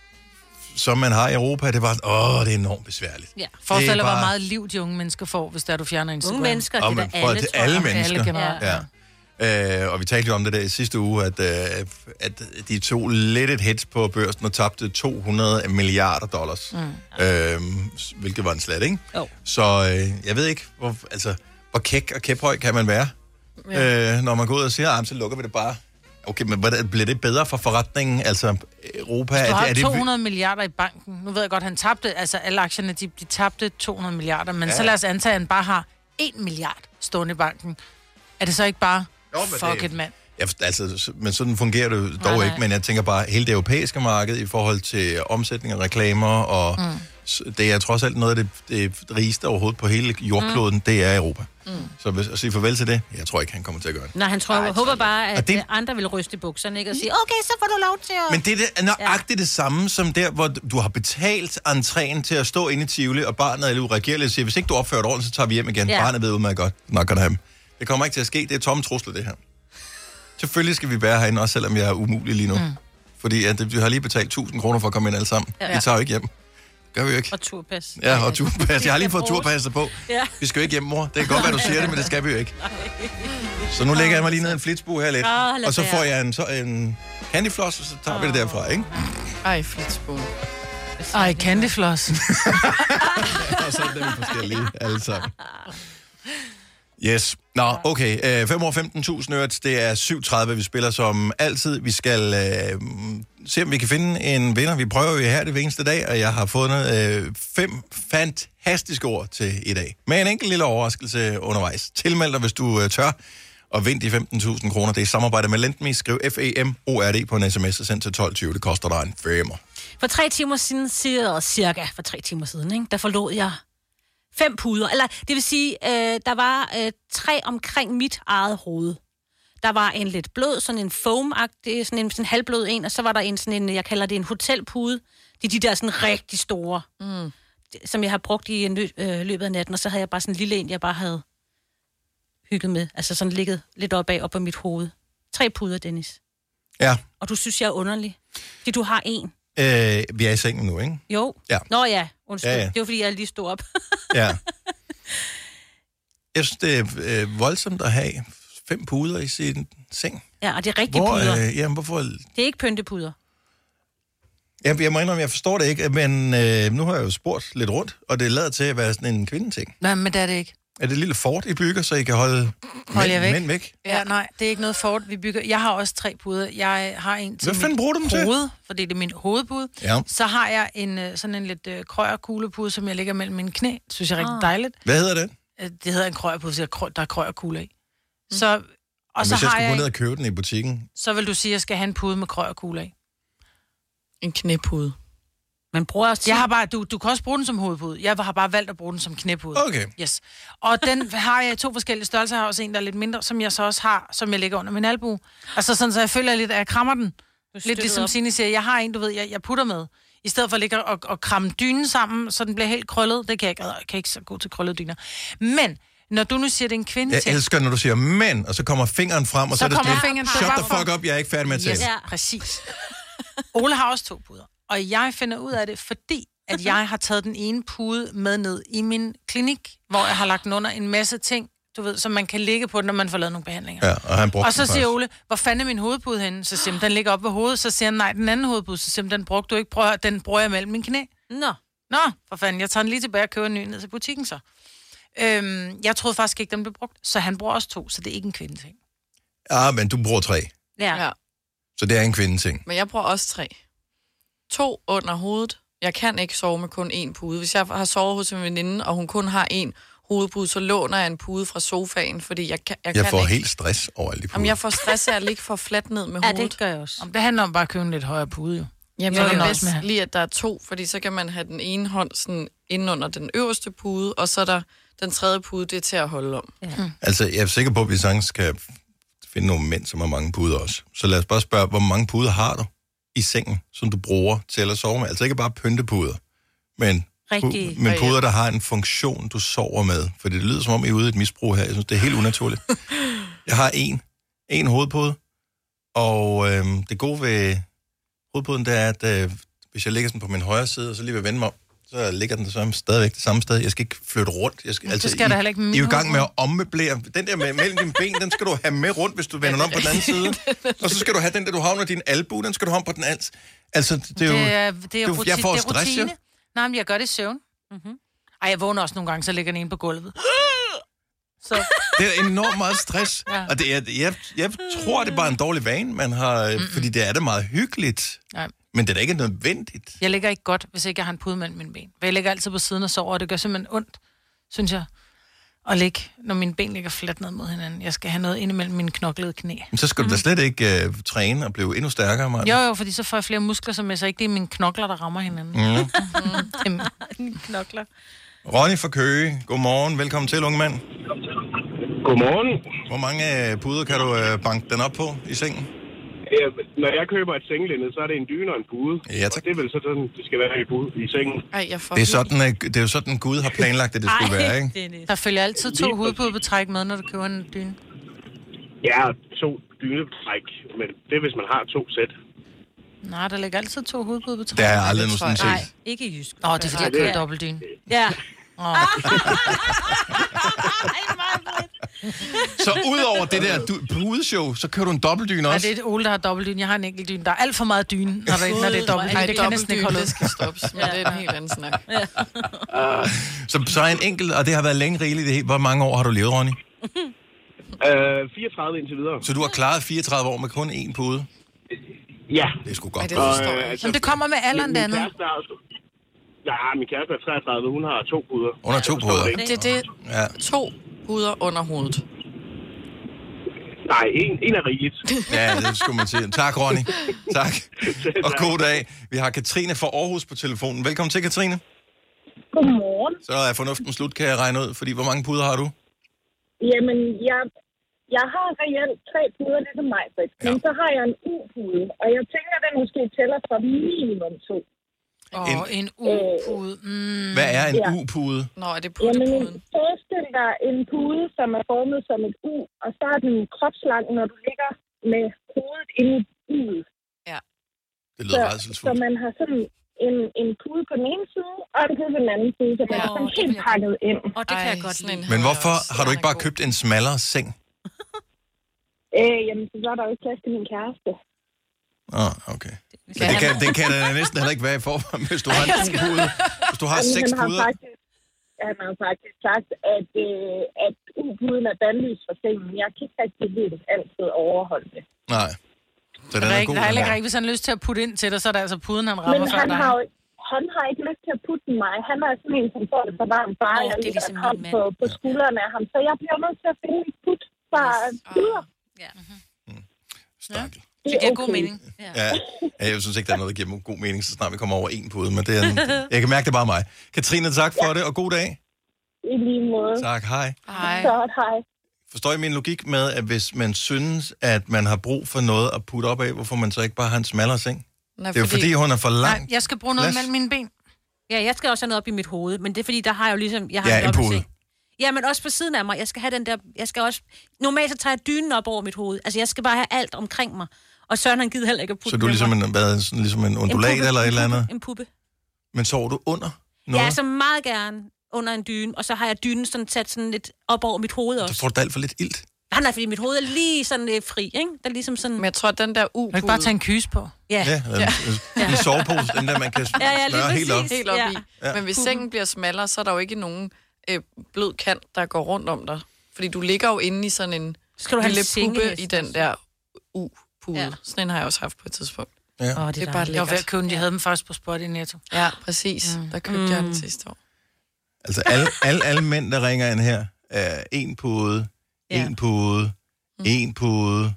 som man har i Europa, det var, åh, det er enormt besværligt. Ja. Forestil dig, bare... hvor meget liv de unge mennesker får, hvis der du fjerner Instagram. Unge mennesker, det er alle, alle, alle mennesker. Alle ja. Ja. Øh, og vi talte jo om det der i sidste uge, at, øh, at de tog lidt et hit på børsen og tabte to hundrede milliarder dollars. Mm. Øh, hvilket var en slat, ikke? Oh. Så øh, jeg ved ikke, hvor, altså, hvor kæk og kæphøj kan man være, ja. øh, når man går ud og siger, ah, så lukker vi det bare. Okay, men bliver det bedre for forretningen? Altså, Europa... Hvis du har er det, to hundrede milliarder i banken, nu ved jeg godt, han tabte, altså alle aktierne, de, de tabte to hundrede milliarder, men ja. så lad os antage, at han bare har en milliard stående i banken. Er det så ikke bare, jo, fuck det, it, mand? Ja, altså, men sådan fungerer det dog nej, nej. ikke, men jeg tænker bare, hele det europæiske marked i forhold til omsætning og reklamer, og mm. det er trods alt noget af det, det rigeste overhovedet på hele jordkloden, mm. det er Europa. Mm. Så hvis, at sige farvel til det, jeg tror ikke, han kommer til at gøre det. Nej, han tror, Ej, jeg håber bare, at det... andre vil ryste i bukserne, ikke? Og sige, okay, så får du lov til at... Men det er nøjagtigt ja. det samme som der, hvor du har betalt entréen til at stå inde i Tivoli, og barnet eller reagerer lidt og siger, hvis ikke du opfører det ordentligt, så tager vi hjem igen. Ja. Barnet ved udmærket godt, nok kan have. Det kommer ikke til at ske, det er tomme trusler, det her. Selvfølgelig skal vi være herinde, også selvom jeg er umulig lige nu. Mm. Fordi at vi har lige betalt tusind kroner for at komme ind alle sammen. Ja. Vi tager jo ikke hjem. Gør vi jo ikke. Og turpas. Ja, og turpas. Jeg har lige fået turpasset på. Ja. Vi skal jo ikke hjem, mor. Det kan godt være, du siger det, men det skal vi jo ikke. Så nu lægger jeg mig lige ned i en flitsbue her lidt. Oh, og så får jeg en, så, en candyfloss, og så tager oh. vi det derfra, ikke? Ej, flitsbue. Ej, candyfloss. Og så er det forskellige alle sammen. Yes. Nå, okay. Øh, fem år femten tusind øre, det er syv tredive, vi spiller som altid. Vi skal øh, se, om vi kan finde en vinder. Vi prøver jo her det hver eneste dag, og jeg har fundet øh, fem fantastiske ord til i dag. Med en enkelt lille overraskelse undervejs. Tilmeld dig, hvis du øh, tør, og vind de femten tusind kroner. Det er i samarbejde med Lendme. Skriv F E M O R D på en sms og send til tolv tyve. Det koster dig en femmer. For tre timer siden, cirka for tre timer siden, ikke, der forlod jeg fem puder. Eller det vil sige, øh, der var øh, tre omkring mit eget hoved. Der var en lidt blød, sådan en foam-agtig, sådan en sådan halvblød en, og så var der en sådan en, jeg kalder det en hotelpude. Det er de der sådan rigtig store, mm. som jeg har brugt i lø, øh, løbet af natten, og så havde jeg bare sådan en lille en, jeg bare havde hygget med. Altså sådan ligget lidt opad op på mit hoved. Tre puder, Dennis. Ja. Og du synes, jeg er underlig. Fordi du har en. Øh, vi er i sengen nu, ikke? Jo. Ja. Nå ja, undskyld. Ja, ja. Det var, fordi jeg lige stod op. Ja. Jeg synes, det er øh, voldsomt at have fem puder i sin seng. Ja, og det er rigtige Hvor, puder. Øh, jamen, hvorfor... Det er ikke pyntepuder. Jeg, jeg må indrømme, jeg forstår det ikke, men øh, nu har jeg jo spurgt lidt rundt, og det lader til at være sådan en kvindeting. Nej, men det er det ikke. Er det et lille fort, I bygger, så I kan holde Hold mænd, væk. mænd væk? Ja, nej, det er ikke noget fort, vi bygger. Jeg har også tre puder. Jeg har en til Hvad bruger du dem til? Hoved, fordi det er min hovedpude. Ja. Så har jeg en sådan en lidt øh, krøjerkuglepude, som jeg lægger mellem mine knæ. Det synes jeg er rigtig dejligt. Hvad hedder den? Det hedder en krøjerpude, så der er krøjerkugle i. Mm. Så, og så hvis jeg har skulle jeg, gå ned og købe den i butikken? Så vil du sige, at jeg skal have en pude med krøjerkugle i. En knæpude. Man bruger også... Jeg har bare, du, du kan også bruge den som hovedpude. Jeg har bare valgt at bruge den som knæpude. Okay. Yes. Og den har jeg i to forskellige størrelser. Jeg har også en, der er lidt mindre, som jeg så også har, som jeg lægger under min albu. Altså sådan, så jeg føler lidt, at jeg krammer den. Lidt ligesom Signe siger, jeg har en, du ved, jeg, jeg putter med. I stedet for at ligge og, og kramme dynen sammen, så den bliver helt krøllet. Det kan jeg ikke. Jeg kan ikke så gå til krøllede dyner. Men når du nu siger, det er en kvinde Jeg elsker, når du siger mænd, og så kommer fingeren frem, og så, så er det sådan, fingeren, shut the fuck up, jeg er ikke færdig med at tale. Yes, ja. Præcis. Ole har også to puder. Og jeg finder ud af det, fordi at jeg har taget den ene pude med ned i min klinik, hvor jeg har lagt den under en masse ting, du ved, som man kan ligge på, når man får lavet nogle behandlinger. Ja, og han brugte Og så siger Ole, hvor fanden er min hovedpude henne? Så siger han, den ligger op ved hovedet. Så siger han, nej, den anden hovedpude. Så siger han, den brugte du ikke. Prøv, den bruger jeg mellem mine knæ. Nå. Nå, for fanden, jeg tager den lige tilbage og køber en ny ned til butikken så. Øhm, jeg troede faktisk ikke, den blev brugt. Så han bruger også to, så det er ikke en kvindeting. Ja, men du bruger tre. Ja. ja. Så det er en kvindeting. Men jeg bruger også tre. to under hovedet. Jeg kan ikke sove med kun én pude. Hvis jeg har sovet hos en veninde, og hun kun har én hovedpude, så låner jeg en pude fra sofaen, fordi jeg kan, jeg jeg kan får ikke. helt stress over alle de puder. Jamen, jeg får stress af at ligge for fladt ned med Ja, hovedet. det gør jeg også. Om det handler om bare at købe en lidt højere pude, jo. Jamen, Så er jeg den kan også bedst med. lige, at der er to, fordi så kan man have den ene hånd sådan inde under den øverste pude, og så er der den tredje pude, det er til at holde om. Ja. Altså, jeg er sikker på, at vi sagtens skal finde nogle mænd, som har mange puder også. Så lad os bare spørge, hvor mange puder har du i sengen, som du bruger til at sove med? Altså ikke bare pyntepuder, men, Rigtig. pu- men puder, der har en funktion, du sover med. For det lyder som om, I er ude i et misbrug her. Jeg synes, det er helt unaturligt. Jeg har en, en hovedpude, og øh, det gode ved hovedpuden, det er, at øh, hvis jeg ligger sådan på min højre side, og så lige vil vende mig om, så ligger den så stadigvæk det samme sted. Jeg skal ikke flytte rundt. Jeg skal, altså, skal I, der heller ikke med I er jo i min gang med at ommøblere. Den der med, mellem dine ben, den skal du have med rundt, hvis du vender den om på den anden side. Og så skal du have den der, du har under din albu, den skal du have om på den anden. Altså, det er jo... Det er, det er, du- ruti- jeg får det er stress, rutine. jo. Nej, men jeg gør det i søvn. Mm-hmm. Ej, jeg vågner også nogle gange, så ligger den ene på gulvet. Så. Det er enormt meget stress. Ja. Og det er, jeg, jeg tror, det er bare en dårlig vane, man har, Mm-mm. fordi det er da meget hyggeligt. Nej. Men det er da ikke nødvendigt. Jeg ligger ikke godt, hvis ikke jeg har en pude mellem mine ben. For jeg ligger altid på siden og sover, og det gør simpelthen ondt, synes jeg, at ligge, når mine ben ligger fladt ned mod hinanden. Jeg skal have noget inde mellem mine knoklede knæ. Men så skal du da slet ikke uh, træne og blive endnu stærkere, Maja. Jo, jo, fordi så får jeg flere muskler, som jeg så ikke det er mine knokler, der rammer hinanden. Mm. Mm. Mine knokler. Ronny fra Køge, godmorgen. Velkommen til, unge mand. Godmorgen. Hvor mange uh, puder kan du uh, banke den op på i sengen? Ja, når jeg køber et sengelænder, så er det en dyne og en pude. Ja, tak. Og det er vel sådan, det skal være i, pude, i sengen. Ej, jeg får Det er, sådan, uh, det er jo sådan, Gud har planlagt, at det skulle være, ikke? Der følger altid to hovedpudebetræk med, når du køber en dyne. Ja, to dynebetræk, men det er, hvis man har to sæt. Nej, der ligger altid to hovedpudebetræk. Det har jeg aldrig nogensinde set. Nej, ikke i jysk. Åh, det er fordi, Nej, jeg det køber er- dobbeltdyne. Ja. Oh. Så udover det der du, pudeshow, så kører du en dobbeltdyne Nej, også? det er Ole, der har dobbeltdyne. Jeg har en enkelt dyne. Der er alt for meget dyne, når, der, når det er dobbeltdyne. Ej, Det kan jeg næsten ikke holde ud. det skal stoppes, men det er en helt anden snak. Så, så er en enkelt, og det har været længe rigeligt. Det hele. Hvor mange år har du levet, Ronny? Øh, fireogtredive indtil videre. Så du har klaret fireogtredive år med kun én pude? Ja. Det er sgu godt. det forstår jeg ikke. Jamen, det kommer med alderen, Min det andet. kæreste har også- Ja, min kæreste er treogtredive, hun har to puder. Hun har to puder. Det er det. Ja. To puder under hovedet. Nej, en, en er rigeligt. Ja, det skulle man sige. Tak, Ronny. Tak. Og god dag. Vi har Katrine fra Aarhus på telefonen. Velkommen til, Katrine. Godmorgen. Så er fornuften slut, kan jeg regne ud. Fordi hvor mange puder har du? Jamen, jeg, jeg har reelt tre puder, det er mig, Britt. Men så har jeg en U-pude, og jeg tænker, at den måske tæller fra minimum to. Åh, en, en U-pude. Mm. Hvad er en Ja. U-pude? Nå, er det Jamen, pudepuden? forestil dig en pude, som er formet som et U, og så er den kropslang, når du ligger med hovedet inde i U'et. Ja. Det lyder Så, rædselsfuldt. så man har sådan en, en pude på den ene side, og en pude på den anden side, så man er sådan helt pakket ind. Og det kan jeg godt lide. Men hvorfor har du ikke bare købt en smallere seng? Øh, jamen, så er der jo ikke plads til min kæreste. Åh, oh, okay. Så det kan, det kan der næsten heller ikke være i forvejen, hvis du har en pude. Hvis du har Jamen, seks han har puder. faktisk, han har faktisk sagt, at, øh, at U-puden er bandlyst for sengen. Jeg kan ikke rigtig helt altid overholde det. Nej. Så den Der er, er ikke, god. der er heller ikke den her. rigtig, hvis han har lyst til at putte ind til dig, så er det altså puden, han rammer Men før han dig. har, jo, han har ikke lyst til at putte mig. Han er sådan en, som får det for varmt. Bare Åh, jeg det er ligger ligesom ham min på, på skuldrene af ham. Så jeg bliver nødt til at finde et put fra videre. Ja. Stakkel. Det giver god mening. Ja. Ja, jeg synes ikke, der er noget, der giver god mening, så snart vi kommer over en pude, men det er en, jeg kan mærke, det er bare mig. Katrine, tak for det, og god dag. I lige måde. Tak, hej. Hej. Godt, hej. Forstår I min logik med, at hvis man synes, at man har brug for noget at putte op af, hvorfor man så ikke bare har en smallere seng? Nej, det er jo fordi, fordi hun er for lang. Nej, jeg skal bruge noget plads. mellem mine ben. Ja, jeg skal også have noget op i mit hoved, men det er fordi, der har jeg jo ligesom... Jeg har Ja, en dobbelt pude. seng. Ja, men også på siden af mig. Jeg skal have den der... Jeg skal også... Normalt så tager jeg dynen op over mit hoved. Altså, jeg skal bare have alt omkring mig. Og Søren, han gider heller ikke at putte Så du er ligesom en, hvad, sådan, ligesom en undulat puppe. eller et En eller andet? puppe. En puppe. Men sover du under noget? Ja, altså meget gerne under en dyne. Og så har jeg dynen sådan sat sådan lidt op over mit hoved Så også. får du da alt for lidt ilt. Nej, nej, fordi mit hoved er lige sådan øh, fri, ikke? Der er ligesom sådan... Men jeg tror, at den der U-pude... Du kan bare tage en kys på. Ja. Ja, ja. En, en sovepose, den der, man kan Ja, ja, lige smøre helt op. præcis. Helt op Ja. i. Ja. Men hvis sengen bliver smallere, så er der jo ikke nogen øh, blød kant, der går rundt om dig. Fordi du ligger jo inde i sådan en Skal du have lille en puppe sengehæst i den også? der U-pude. Ja. Ja. Sådan en har jeg også haft på et tidspunkt. Ja. Oh, det, det er bare lækkert. Jeg var ved at købe dem, de havde dem først på Spot i Netto. Ja, præcis. Mm. Der købte mm. jeg den sidste år. Altså alle, alle, alle mænd, der ringer ind her, er en pude, ja. en pude, mm. en pude,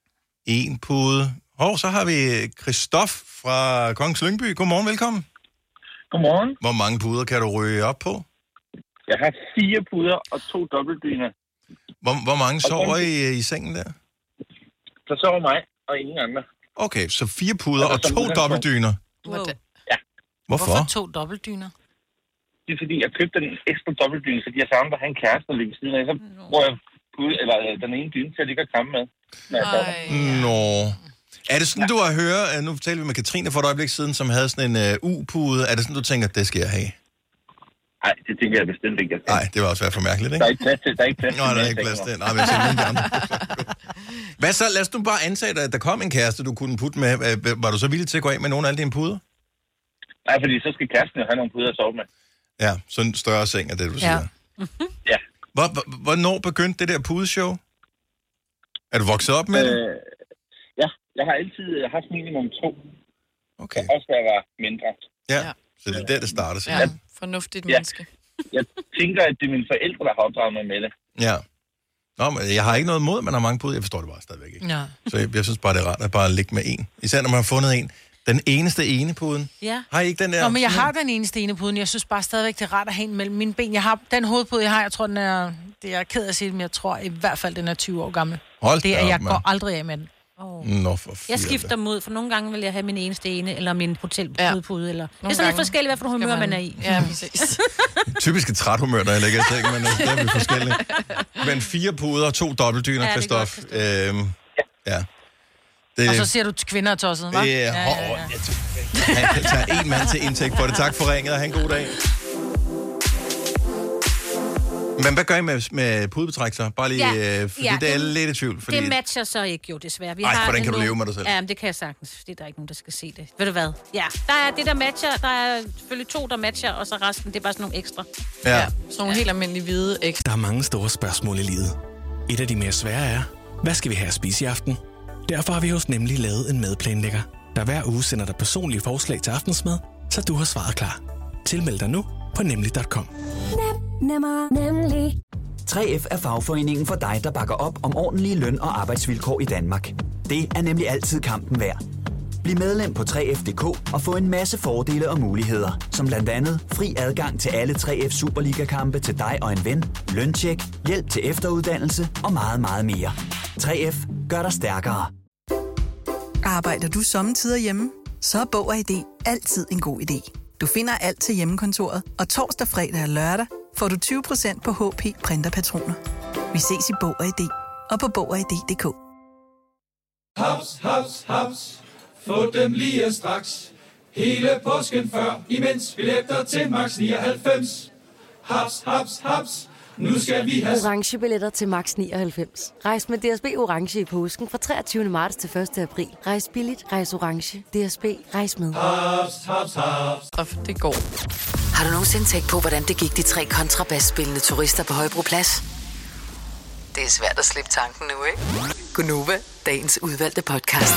en pude. Hov, så har vi Christoph fra Kongens Lyngby. Godmorgen, velkommen. Godmorgen. Hvor mange puder kan du ryge op på? Jeg har fire puder og to dobbeltdyner. Hvor, hvor mange sover I i sengen der? Der sover mig og ingen andre. Okay, så fire puder og, og to dobbeltdyner. Wow. Ja. Hvorfor? Hvorfor to dobbeltdyner? Det er fordi, jeg købte den ekstra dobbeltdyne, fordi jeg savner at have en kæreste, der ligger siden af. Så bruger jeg pude, eller den ene dyne til at ligge og kramme med. Nå. Er det sådan, ja. du har hørt, nu talte vi med Katrine for et øjeblik siden, som havde sådan en uh, U-pude. Er det sådan, du tænker, det skal jeg have? Nej, det tænker jeg bestemt ikke. Nej, det var også være for mærkeligt, ikke? Der er ikke plads til, der er ikke plads til. Nå, der er ikke plads til. Nej, men jeg tænker de andre. Hvad så? Lad os nu bare antage dig, at der kom en kæreste, du kunne putte med. Var du så villig til at gå af med nogle af alle dine puder? Nej, fordi så skal kæresten jo have nogle puder at sove med. Ja, sådan en større seng er det, du siger. Ja. ja. Hvor, hvornår begyndte det der pudeshow? Er du vokset op med øh, det? Ja, jeg har altid haft minimum to. Okay. Også da jeg var mindre. Ja, ja. Så det er der, det starter. Ja, fornuftigt menneske. Ja. Jeg tænker, at det er mine forældre, der har opdraget mig med det. Ja. Nå, men jeg har ikke noget imod, at man har mange puder. Jeg forstår det bare stadigvæk ikke. Ja. Så jeg, jeg synes bare, det er rart at bare ligge med en. Især når man har fundet en. Den eneste enepuden. Ja. Har I ikke den der? Nå, men jeg har den eneste enepuden. Jeg synes bare stadigvæk, det er rart at have en mellem mine ben. Jeg har den hovedpude, jeg har. Jeg tror, den er... Det er jeg ked af at sige, men jeg tror i hvert fald, den er tyve år gammel. Hold det er, op, jeg man. går aldrig af med den. Oh. Nå, for jeg skifter mod, for nogle gange vil jeg have min eneste ene, eller min hotelpude, ja. eller... Det er sådan lidt forskelligt, hvad for humør man... man er i. Ja, præcis. Typiske træthumør, der jeg ligger i seng, men det er forskelligt. Men fire puder og to dobbeltdyner, ja, Christoph. Øhm, ja. Det... Og så ser du kvinder tosset, hva'? Det er hårdt. Ja, ja, ja. Jeg tager en mand til indtægt for det. Tak for ringet, og have en god dag. Men hvad gør I med, med pudebetræk så? Bare lige, ja, øh, fordi ja, det er lidt i tvivl. Fordi... Det matcher så ikke jo, desværre. Nej, hvordan kan du leve med dig selv? Ja, men det kan jeg sagtens. Det er der ikke nogen, der skal se det. Ved du hvad? Ja, der er det, der matcher. Der er selvfølgelig to, der matcher, og så resten, det er bare sådan nogle ekstra. Ja, ja, sådan nogle ja. helt almindelige hvide ekstra. Der er mange store spørgsmål i livet. Et af de mere svære er, hvad skal vi have at spise i aften? Derfor har vi hos Nemlig lavet en madplanlægger, der hver uge sender dig personlige forslag til aftensmad, så du har svaret klar. Tilmeld dig nu på nemlig punktum com. Nem, nemmer, nemlig. tre F er fagforeningen for dig, der bakker op om ordentlige løn- og arbejdsvilkår i Danmark. Det er nemlig altid kampen værd. Bliv medlem på tre F punktum d k og få en masse fordele og muligheder, som blandt andet fri adgang til alle tre F Superliga-kampe til dig og en ven, løntjek, hjælp til efteruddannelse og meget, meget mere. tre F gør dig stærkere. Arbejder du sommetider hjemme? Så er Bog og I D altid en god idé. Du finder alt til hjemmekontoret, og torsdag, fredag og lørdag får du tyve procent på H P printerpatroner. Vi ses i Bog og I D og på bog og i d punktum d k. Haps, haps, haps. Få dem lige straks. Hele påsken før, imens billetter til max nioghalvfems. Haps, haps, haps. Nu skal vi have... Orange billetter til max nioghalvfems. Rejs med D S B Orange i påsken fra treogtyvende marts til første april. Rejs billigt, rejs orange. D S B, rejs med. Haps, haps, haps. Det går. Har du nogensinde tænkt på, hvordan det gik de tre kontrabasspillende turister på Højbroplads? Det er svært at slippe tanken nu, ikke? Gunova, dagens udvalgte podcast.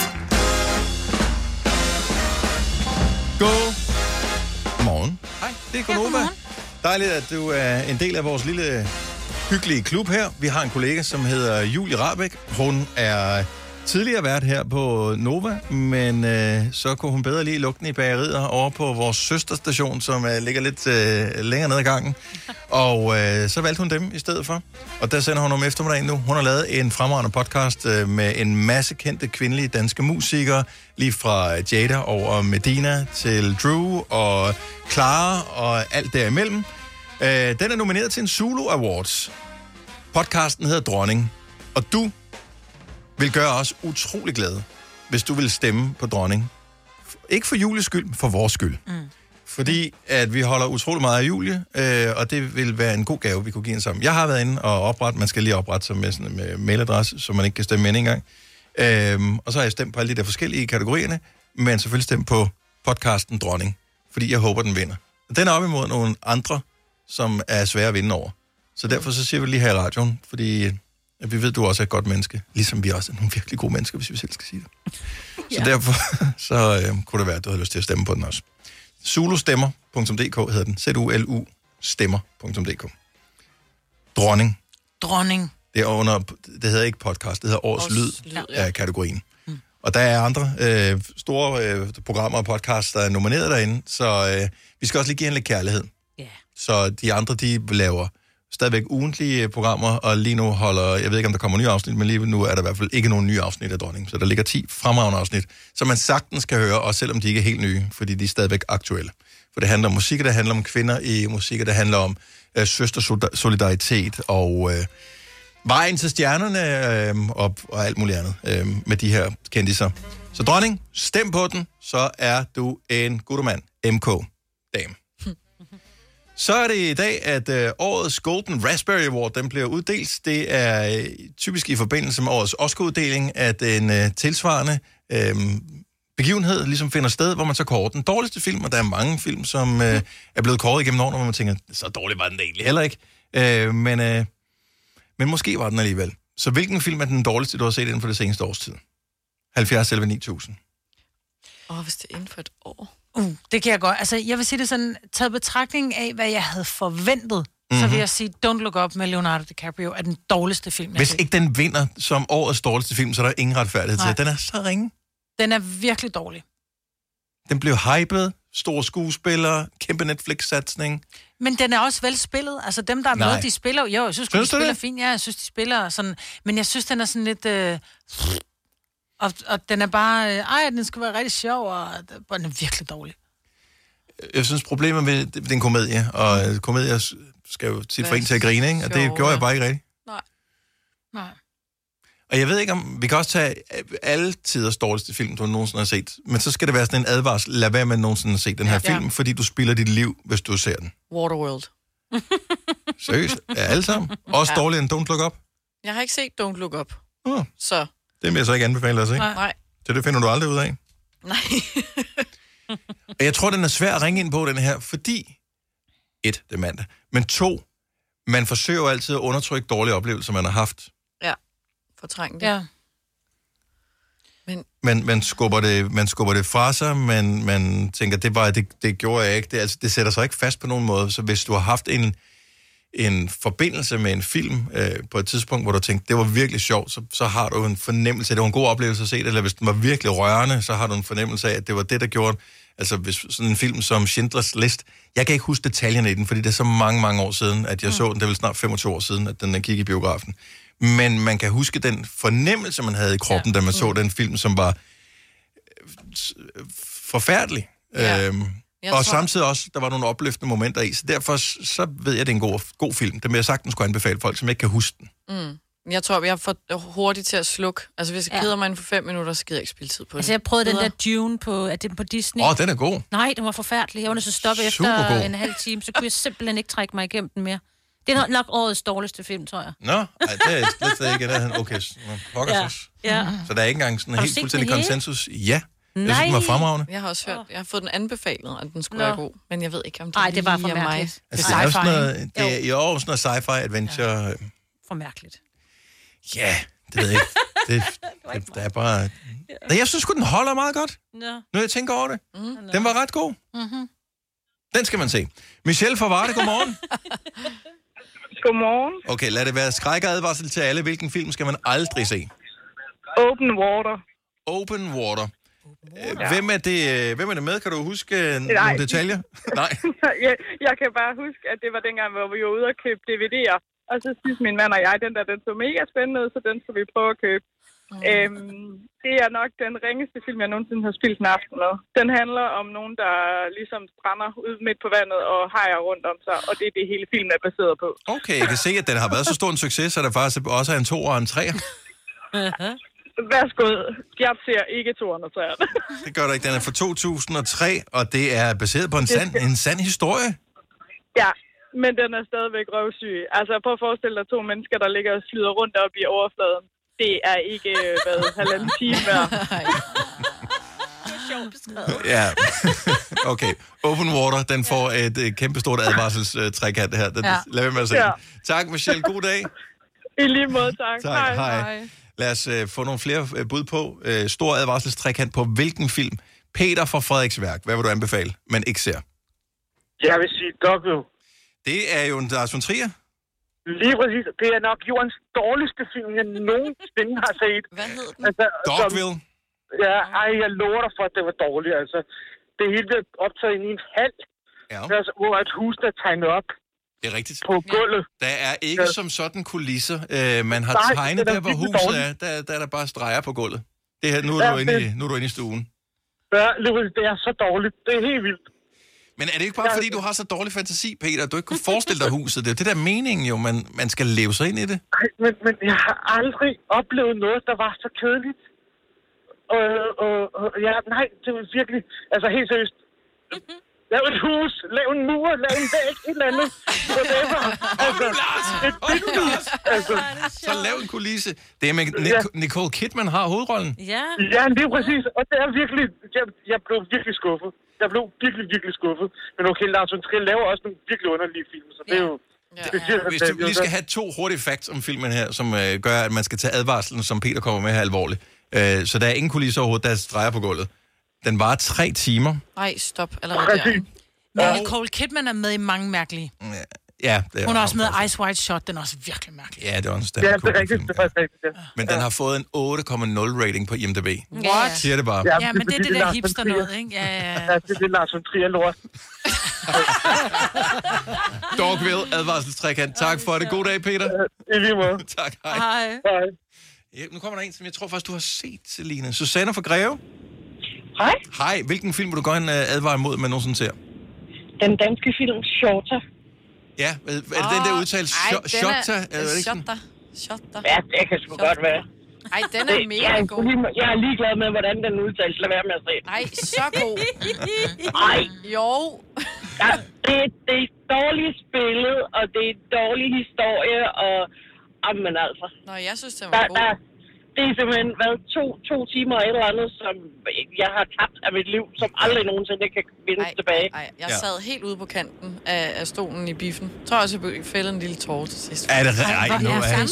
God morgen. Hej, det er Gunova. Ja, dejligt, at du er en del af vores lille hyggelige klub her. Vi har en kollega, som hedder Julie Rahbek. Hun er tidligere vært her på Nova, men øh, så kunne hun bedre lige lukke den i bageriet over på vores søsterstation, som øh, ligger lidt øh, længere ned ad gangen. Og øh, så valgte hun dem i stedet for. Og der sender hun om eftermiddagen nu. Hun har lavet en fremragende podcast øh, med en masse kendte kvindelige danske musikere. Lige fra Jada over Medina til Drew og Clara og alt derimellem. Øh, den er nomineret til en Zulu Awards. Podcasten hedder Dronning. Og du vil gøre os utrolig glade, hvis du vil stemme på Dronning. Ikke for Julies skyld, men for vores skyld. Mm. Fordi at vi holder utrolig meget af Julie, øh, og det vil være en god gave, vi kunne give en sammen. Jeg har været inde og oprette, man skal lige oprette sig med sådan en med mailadresse, så man ikke kan stemme ind engang. Øhm, og så har jeg stemt på alle de der forskellige kategorierne, men selvfølgelig stemt på podcasten Dronning, fordi jeg håber, den vinder. Den er op imod nogle andre, som er svære at vinde over. Så derfor så siger vi lige her i radioen, fordi Vi ved, du også er et godt menneske, ligesom vi også er nogle virkelig gode mennesker, hvis vi selv skal sige det. Så Ja. derfor så, øh, kunne det være, at du havde lyst til at stemme på den også. Zulustemmer punktum d k hedder den. Z U L U stemmer punktum d k. Dronning. Dronning. Det er under, det hedder ikke podcast, det hedder Årets, Årets Lyd, lyd ja. af kategorien. Mm. Og der er andre øh, store øh, programmer og podcasts, der er nomineret derinde, så øh, vi skal også lige give en lidt kærlighed. Yeah. Så de andre, de laver stadigvæk ugentlige programmer, og lige nu holder, jeg ved ikke, om der kommer nye afsnit, men lige nu er der i hvert fald ikke nogen nye afsnit af Dronning. Så der ligger ti fremragende afsnit, som man sagtens kan høre, også selvom de ikke er helt nye, fordi de er stadigvæk aktuelle. For det handler om musik, og det handler om kvinder i musik, og det handler om øh, søstersolidaritet og øh, vejen til stjernerne øh, og, og alt muligt andet øh, med de her kendiser. Så Dronning, stem på den, så er du en guttermand, M K-dame. Så er det i dag, at øh, årets Golden Raspberry Award, den bliver uddelt. Det er øh, typisk i forbindelse med årets Oscar-uddeling, at en øh, tilsvarende øh, begivenhed ligesom finder sted, hvor man så kårer den dårligste film, og der er mange film, som øh, er blevet kåret igennem årene, hvor man tænker, så dårlig var den egentlig heller ikke. Øh, men, øh, men måske var den alligevel. Så hvilken film er den dårligste, du har set inden for det seneste års tid? halvfjerds eller ni tusind. Åh, oh, hvis det er inden for et år. Uh, det kan jeg godt. Altså, jeg vil sige det sådan, taget betragtning af, hvad jeg havde forventet, mm-hmm. så vil jeg sige, Don't Look Up med Leonardo DiCaprio er den dårligste film, jeg Hvis set. ikke den vinder som årets dårligste film, så er der ingen retfærdighed Nej. til. Den er så ringe. Den er virkelig dårlig. Den blev hypet, store skuespillere, kæmpe Netflix-satsning. Men den er også velspillet. Altså dem, der er Nej. med, de spiller jo. Jo, jeg synes, Synes de du spiller det? fint. Ja, jeg synes, de spiller sådan... Men jeg synes, den er sådan lidt... Øh... Og, og den er bare... Øh... Ej, den skal være rigtig sjov, og den er virkelig dårlig. Jeg synes, problemet med det, det er en komedie, og øh, komedier skal jo tit få en til at grine, ikke? Og det Sjov, gjorde ja. jeg bare ikke rigtigt. Nej. Nej. Og jeg ved ikke om, vi kan også tage alle tiders dårligste film, du nogensinde har set, men så skal det være sådan en advarsel, lad være med nogensinde at se den her Ja. film, fordi du spilder dit liv, hvis du ser den. Waterworld. Seriøst? Ja, alle sammen? Også Ja. dårligere end Don't Look Up? Jeg har ikke set Don't Look Up. Oh. Så. Det vil jeg så ikke anbefale dig at se. Nej. Nej. Så det finder du aldrig ud af. Nej. Og jeg tror, den er svær at ringe ind på, den her, fordi... Et, det er mandag. Men to, man forsøger jo altid at undertrykke dårlige oplevelser, man har haft. Ja. Fortræng det. Ja. Men... Man, man, skubber det, man skubber det fra sig, man, man tænker, det, var, det, det gjorde jeg ikke. Det, altså, det sætter sig ikke fast på nogen måde. Så hvis du har haft en, en forbindelse med en film øh, på et tidspunkt, hvor du tænkte, det var virkelig sjovt, så, så har du en fornemmelse, det var en god oplevelse at se det, eller hvis den var virkelig rørende, så har du en fornemmelse af, at det var det, der gjorde. Altså hvis sådan en film som Schindlers List, jeg kan ikke huske detaljerne i den, fordi det er så mange, mange år siden, at jeg mm. så den. Det er vel snart femogtyve år siden, at den gik i biografen. Men man kan huske den fornemmelse, man havde i kroppen, ja. da man så mm. den film, som var forfærdelig. Ja. Øhm, og tror... samtidig også, der var nogle opløftende momenter i, så derfor så ved jeg, at det er en god, god film. Det vil jeg sagtens kunne anbefale folk, som ikke kan huske den. Mm. Jeg tror, jeg er for hurtigt til at slukke. Altså, hvis jeg Ja. keder mig inden for fem minutter, så gider jeg ikke spille tid på det. Altså, jeg prøvede den der Dune på, er det på Disney. Åh, oh, den er god. Nej, den var forfærdelig. Jeg var nødt til at stoppe Supergod. efter en halv time, så kunne jeg simpelthen ikke trække mig igennem den mere. Det er nok årets dårligste film, tror jeg. Nå, ej, det er slet slet ikke. Det er okay, Ja. Ja. så der er ikke engang sådan en Har du helt set fuldstændig den hele? konsensus. Ja, jeg Nej. synes, den var fremragende. Jeg har også hørt, jeg har fået den anbefalet, at den skulle Nå. være god. Men jeg ved ikke, om det Ej, det var lige for er mig. mærkeligt. Altså, det er jo sådan noget, det er jo sådan noget sci-fi adventure. Ja. For mærkeligt. Ja, det ved jeg ikke. Det, det, der er bare... Nej, jeg synes sgu, den holder meget godt. Nå. Nu jeg tænker over det. Mm. Den var ret god. Mm-hmm. Den skal man se. Michelle fra Varde, godmorgen. Godmorgen. Okay, lad det være skræk og advarsel til alle. Hvilken film skal man aldrig se? Open Water. Open Water. Ja. Hvem er det, øh, hvem er det med? Kan du huske øh, Nej. nogle detaljer? Nej. jeg, jeg kan bare huske, at det var dengang, hvor vi var ude og købe D V D'er. Og så synes min mand og jeg, den der, den så mega spændende ud, så den skal vi prøve at købe. Mm. Øhm, det er nok den ringeste film, jeg nogensinde har spillet en aften med. Den handler om nogen, der ligesom strander ud midt på vandet og hajer rundt om sig, og det er det hele filmen er baseret på. Okay, jeg kan se, at den har været så stor en succes, at der faktisk også er en to og en treer. Værsgo, jeg ser ikke toeren og treeren. Det gør der ikke. Den er fra to tusind og tre, og det er baseret på en sand, en sand historie. Ja, men den er stadigvæk røvsyg. Altså, prøv at forestille dig to mennesker, der ligger og slider rundt op i overfladen. Det er ikke, hvad, halvanden time værd. Ja, okay. Open Water, den får et, et kæmpestort advarselstrækant her. Den, Ja. Lad være med at se Ja. den. Tak, Michelle. God dag. I lige måde, tak. Tak, hej. hej. Lad os uh, få nogle flere uh, bud på. Uh, stor advarselstrækant på hvilken film? Peter fra Frederiksværk. Hvad vil du anbefale, men ikke ser? Jeg vil sige Dogville. Det er jo en Lars von Trier. Lige præcis. Det er nok jordens dårligste film, jeg nogensinde har set. Hvad hed den? Altså, Dogville? Som, ja, ej, jeg lover dig for, at det var dårligt. Altså, det hele blev optaget ind i en hal, ja. altså, hvor et hus, der tegnet op. Det er rigtigt. På gulvet. Der er ikke ja. som sådan kulisser. Uh, man har Nej, tegnet der, hvor huset dårligt. er. Der, der er der bare streger på gulvet. Det her, nu, er ja, du inde det... i, nu er du inde i stuen. Ja, det er så dårligt. Det er helt vildt. Men er det ikke bare, fordi du har så dårlig fantasi, Peter, at du ikke kunne forestille dig huset? Det er det der meningen jo, man, man skal leve sig ind i det. Nej, men, men jeg har aldrig oplevet noget, der var så kedeligt. Og, og, og ja, nej, det var virkelig... Altså helt seriøst. Lav et hus, lav en mur, lav en væg, et eller andet. Whatever. Altså, et big hus. Altså. Så lav en kulisse. Det er med Nic- Nicole Kidman har hovedrollen. Ja. Ja, det er præcis. Og det er virkelig... Jeg, jeg blev virkelig skuffet. Jeg blev virkelig, virkelig skuffet. Men okay, Lars von Trier laver også nogle virkelig underlige film, så det er jo... Ja. Det, hvis du lige skal have to hurtige facts om filmen her, som øh, gør, at man skal tage advarslen, som Peter kommer med her alvorligt. Øh, så der er ingen kulisser overhovedet, der streger på gulvet. Den varer tre timer. Nej, stop allerede der. Men Nicole Kidman er med i mange mærkelige. Ja, det er Hun er også med i Ice White Shot, den er også virkelig mærkelig. Ja, det er også ja, det er rigtigt, det er faktisk rigtigt, ja. Men den har fået en otte komma nul rating på I M D B. What? Siger det bare. Ja, ja, men det er det der hipster noget, ikke? Ja, ja, ja. Ja, det er det Lars von Trier lort. Dogville, advarselstrækant. Tak for det. God dag, Peter. I lige måde. Tak, hej. Hej. Hej. Ja, nu kommer der en, som jeg tror faktisk, du har set, Celine. Susanne fra Greve. Hej. Hej, hvilken film vil du gerne uh, advare imod, man nogensinde ser? Den danske film Shorter. Ja, er det oh, den der udtale? Shorter? Shorter. Shorter. Ja, det kan sgu godt være. Ej, den er mega jeg, god. Jeg er ligeglad med, hvordan den udtales. Lad være med at se. Nej, så god. Nej. Jo. Ja, det, det er dårligt spillet, og det er en dårlig historie, og... Jamen altså. Nå, jeg synes, det var der, god. Der, det er simpelthen været to, to timer et eller andet, som jeg har tabt af mit liv, som aldrig nogensinde kan vinde ej, tilbage. Nej, jeg sad helt ude på kanten af, af stolen i biffen. Jeg tror også, jeg fældede en lille tårer til sidst. Er det rigtigt? Ej, nu er han...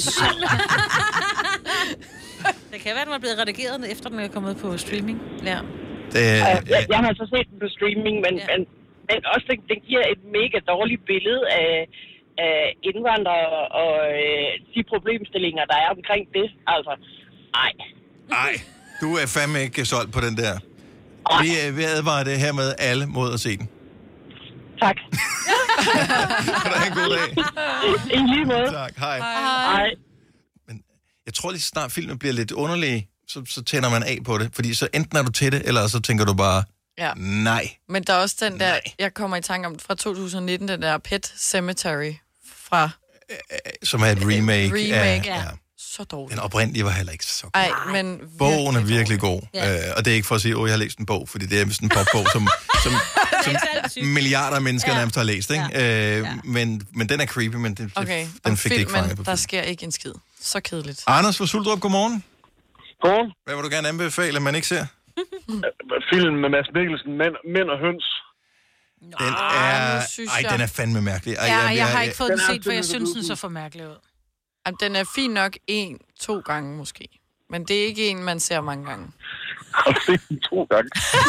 Det kan være, den var blevet redigeret, efter den er kommet på streaming. Ja. Det, jeg, jeg, jeg har så set den på streaming, men, ja. men, men også den, den giver et mega dårligt billede af, af indvandrere og øh, de problemstillinger, der er omkring det. Altså, nej. Nej, du er fandme ikke solgt på den der. Vi, vi advarer det her med alle mod at se den. Tak. Kan du have en god dag? I lige måde. Tak, hej. Hej. Men jeg tror lige snart filmen bliver lidt underlig, så, så tænder man af på det. Fordi så enten er du til det, eller så tænker du bare, ja. nej. Men der er også den der, nej. jeg kommer i tanke om fra to tusind nitten, den der Pet Cemetery fra... Som er et remake, remake af... ja. Så dårligt. Den oprindelige var heller ikke så god. Ej, men bogen er virkelig god. Ja. Øh, og det er ikke for at sige, at jeg har læst en bog, fordi det er sådan en popbog, som, som, som milliarder af mennesker ja. nærmest har læst. Ikke? Ja. Øh, ja. men, men den er creepy, men den, okay. den fik det ikke fanget på der sker ikke en skid. Så kedeligt. Anders fra Suldrup, godmorgen. Godmorgen. Hvad vil du gerne anbefale, at man ikke ser? Film med Mads Mikkelsen, Mænd, Mænd og Høns. Den er... Ej, den er fandme mærkelig. Ej, ja, jeg, jeg, jeg har jeg, ikke fået den set, for jeg synes, den så for mærkelig ud. Jamen, den er fin nok en, to gange måske. Men det er ikke en, man ser mange gange. Jeg har set den to gange.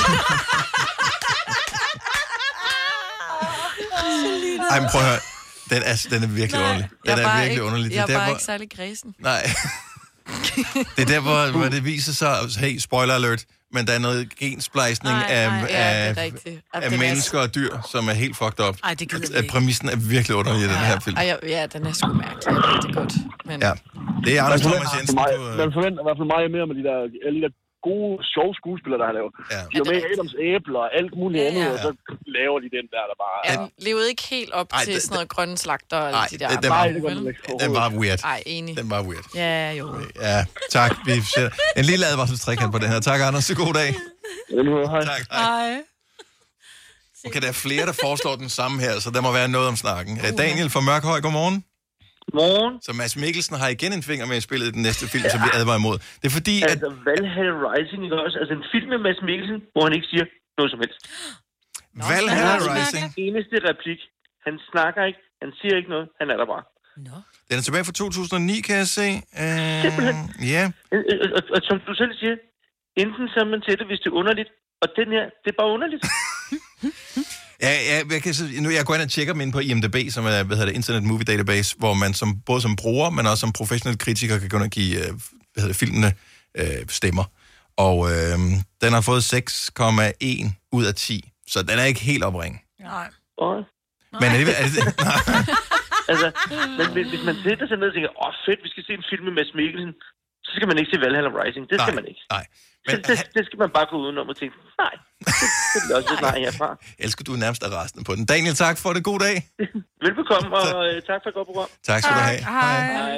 Ej, men prøv at høre. Den er, den er virkelig Nej, underlig. Den er virkelig ikke, underlig. Det jeg er der, bare hvor... ikke særlig græsen. Nej. Det er der, hvor, hvor det viser sig, hey, spoiler alert, men der er noget gensplejsning Ej, af, ej, ja, af, af af mennesker og dyr, som er helt fucked up. Ej, det gider at, at præmissen er virkelig underlig i den her film. Ej, ja, den er sgu mærkelig. Jeg ved det godt. Men... Ja. Det er Anders Thomas Jensen. Man, man forventer i hvert fald meget mere med de der, alle de der gode, sjove skuespillere, der har lavet. Ja. De er med i Adams Æble og alt muligt ja, andet, ja. Og så laver de den der, der bare... Ja, den levede ikke helt op Ej, til det, sådan noget grønne slagter og alle de der. Den, den, var, Nej, den var weird. Ej, enig. Den var weird. Ja, jo. Ja, tak. Vi sætter en lille advarselstrækant på den her. Tak, Anders. Så god dag. Hej. Tak, hej. Okay, der er flere, der foreslår den samme her, så der må være noget om snakken. Uh, Daniel fra Mørkhøj, godmorgen. Godmorgen. Så Mads Mikkelsen har igen en finger med i spillet i den næste film, ja. som vi advarer imod. Det er fordi, altså, at... Valhalla Rising, ikke også? Altså en film med Mads Mikkelsen, hvor han ikke siger noget som helst. Nå, Valhalla Rising? Den eneste replik. Han snakker ikke, han siger ikke noget, han er der bare. Nå. Det Den er tilbage fra to tusind og ni, kan jeg se. Uh, Simpelthen. Ja. Og, og, og som du selv siger, enten så er man til det, hvis det er underligt, og den her, det er bare underligt. Ja, ja, jeg, kan, nu, jeg går ind og tjekker dem ind på I M D B, som er hvad hedder det, Internet Movie Database, hvor man som, både som bruger, men også som professionel kritiker kan gå ind og give hvad hedder det, filmene øh, stemmer. Og øh, den har fået seks komma en ud af ti, så den er ikke helt opringet. Nej. Men alligevel er det... altså, men hvis, hvis man sætter sig ned og tænker, åh oh, fedt, vi skal se en film med Mads Mikkelsen, så skal man ikke se Valhalla Rising. Det skal nej, man ikke. Nej. Men, det, det, det skal man bare gå udenom og tænke, nej, det, det bliver også lidt nej herfra. Elsker du nærmest af resten på den. Daniel, tak for det. God dag. Velbekomme, og øh, tak for et godt program. Tak skal du have. Hej. Hej.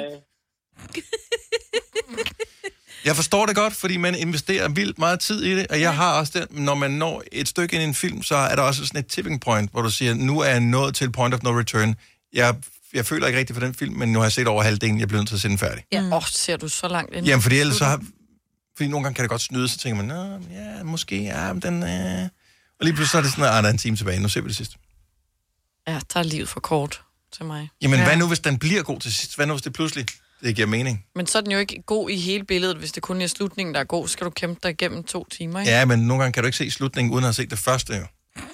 Jeg forstår det godt, fordi man investerer vildt meget tid i det, og jeg har også det, når man når et stykke ind i en film, så er der også sådan et tipping point, hvor du siger, nu er jeg nået til point of no return. Jeg, jeg føler ikke rigtigt for den film, men nu har jeg set over halvdelen, jeg bliver nødt til at se den færdig. Ja, åh, oh, ser du så langt ind? Jamen, fordi ellers så har, fordi nogle gange kan det godt snyde, så tænker man, nå, ja, måske, ja, men den, øh... og lige pludselig så er det sådan, at der er en time tilbage, nu ser vi det sidste. Ja, der er livet for kort til mig. Jamen, ja. Hvad nu, hvis den bliver god til sidst? Hvad nu, hvis det pludselig, det giver mening? Men så er den jo ikke god i hele billedet, hvis det kun er slutningen, der er god. Så skal du kæmpe dig igennem to timer, ikke? Ja, men nogle gange kan du ikke se slutningen, uden at have set det første, jo.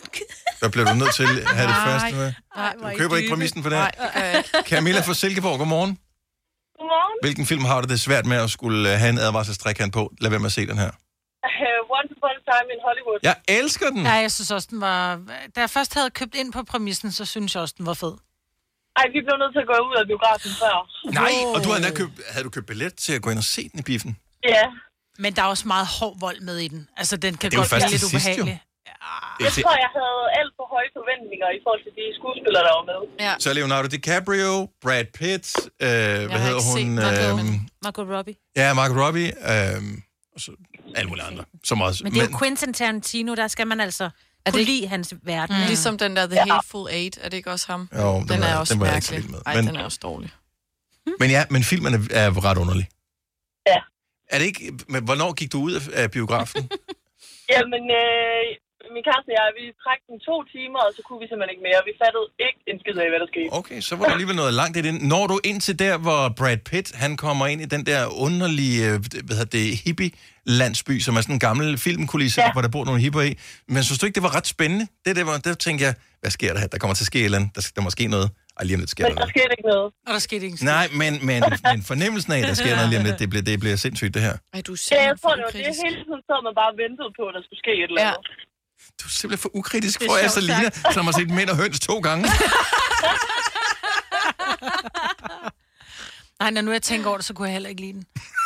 Der bliver du nødt til at have det første med. Nej, du køber ikke præmissen for det her. Nej, det gør jeg ikke. Camilla fra Silkeborg, godmorgen. Godmorgen. Hvilken film har du det svært med at skulle have en advarselstrækant på? Lad være med at se den her. Uh, Once Upon a Time in Hollywood. Jeg elsker den. Ja, jeg synes også, den var... Da jeg først havde købt ind på præmissen, så synes jeg også, den var fed. Ej, vi blev nødt til at gå ud af biografen før. Nej, og du havde, købt, havde du købt billet til at gå ind og se den i biffen? Ja. Men der er også meget hård vold med i den. Altså, den kan det er godt blive lidt ubehagelig. Ja. Jeg tror, jeg havde alt for høje forventninger i forhold til de skuespillere, der var med. Ja. Så Leonardo DiCaprio, Brad Pitt, øh, hvad hedder hun? Øh, Margot Robbie. Ja, Margot Robbie, øh, og så alle mulige andre. Som også, men det er jo Quentin Tarantino, der skal man altså er kunne det lide hans verden. Mm. Ligesom den der The Ja. Hateful Eight, er det ikke også ham? Jo, den, den var, er også den var jeg mærkelig. ikke så vild med. Ej, Men, den er også dårlig. men ja, men filmen er, er ret underlig. Ja. Er det ikke... Men hvornår gik du ud af, af biografen? Jamen, øh, min kæreste og jeg, vi trak den to timer, og så kunne vi simpelthen ikke mere. Vi fattede ikke en skid af, hvad der skete. Okay, så var der alligevel noget langt i den. Når du ind til der, hvor Brad Pitt, han kommer ind i den der underlige, hvad hedder det, hippie-landsby, som er sådan en gammel filmkulisse, ja. Hvor der bor nogle hipper i. Men synes du ikke, det var ret spændende? Det der, der tænkte jeg, hvad sker der her? Der kommer til at ske et eller andet. Der, der må ske noget. Og lige om lidt sker Men der skete ikke noget. Og der skete ikke Nej, men, men, men fornemmelsen af, at der sker noget lige om lidt, det bliver, det bliver sindssygt, det her. Ej, du er ja, jeg tror, det var det. Hele tiden så man bare ventede på, at der skulle ske et eller andet. Ja. Du er simpelthen for ukritisk for Asselina, som har set Mænd og Høns to gange. Nej, når nu jeg tænker over det, så kunne jeg heller ikke lide den.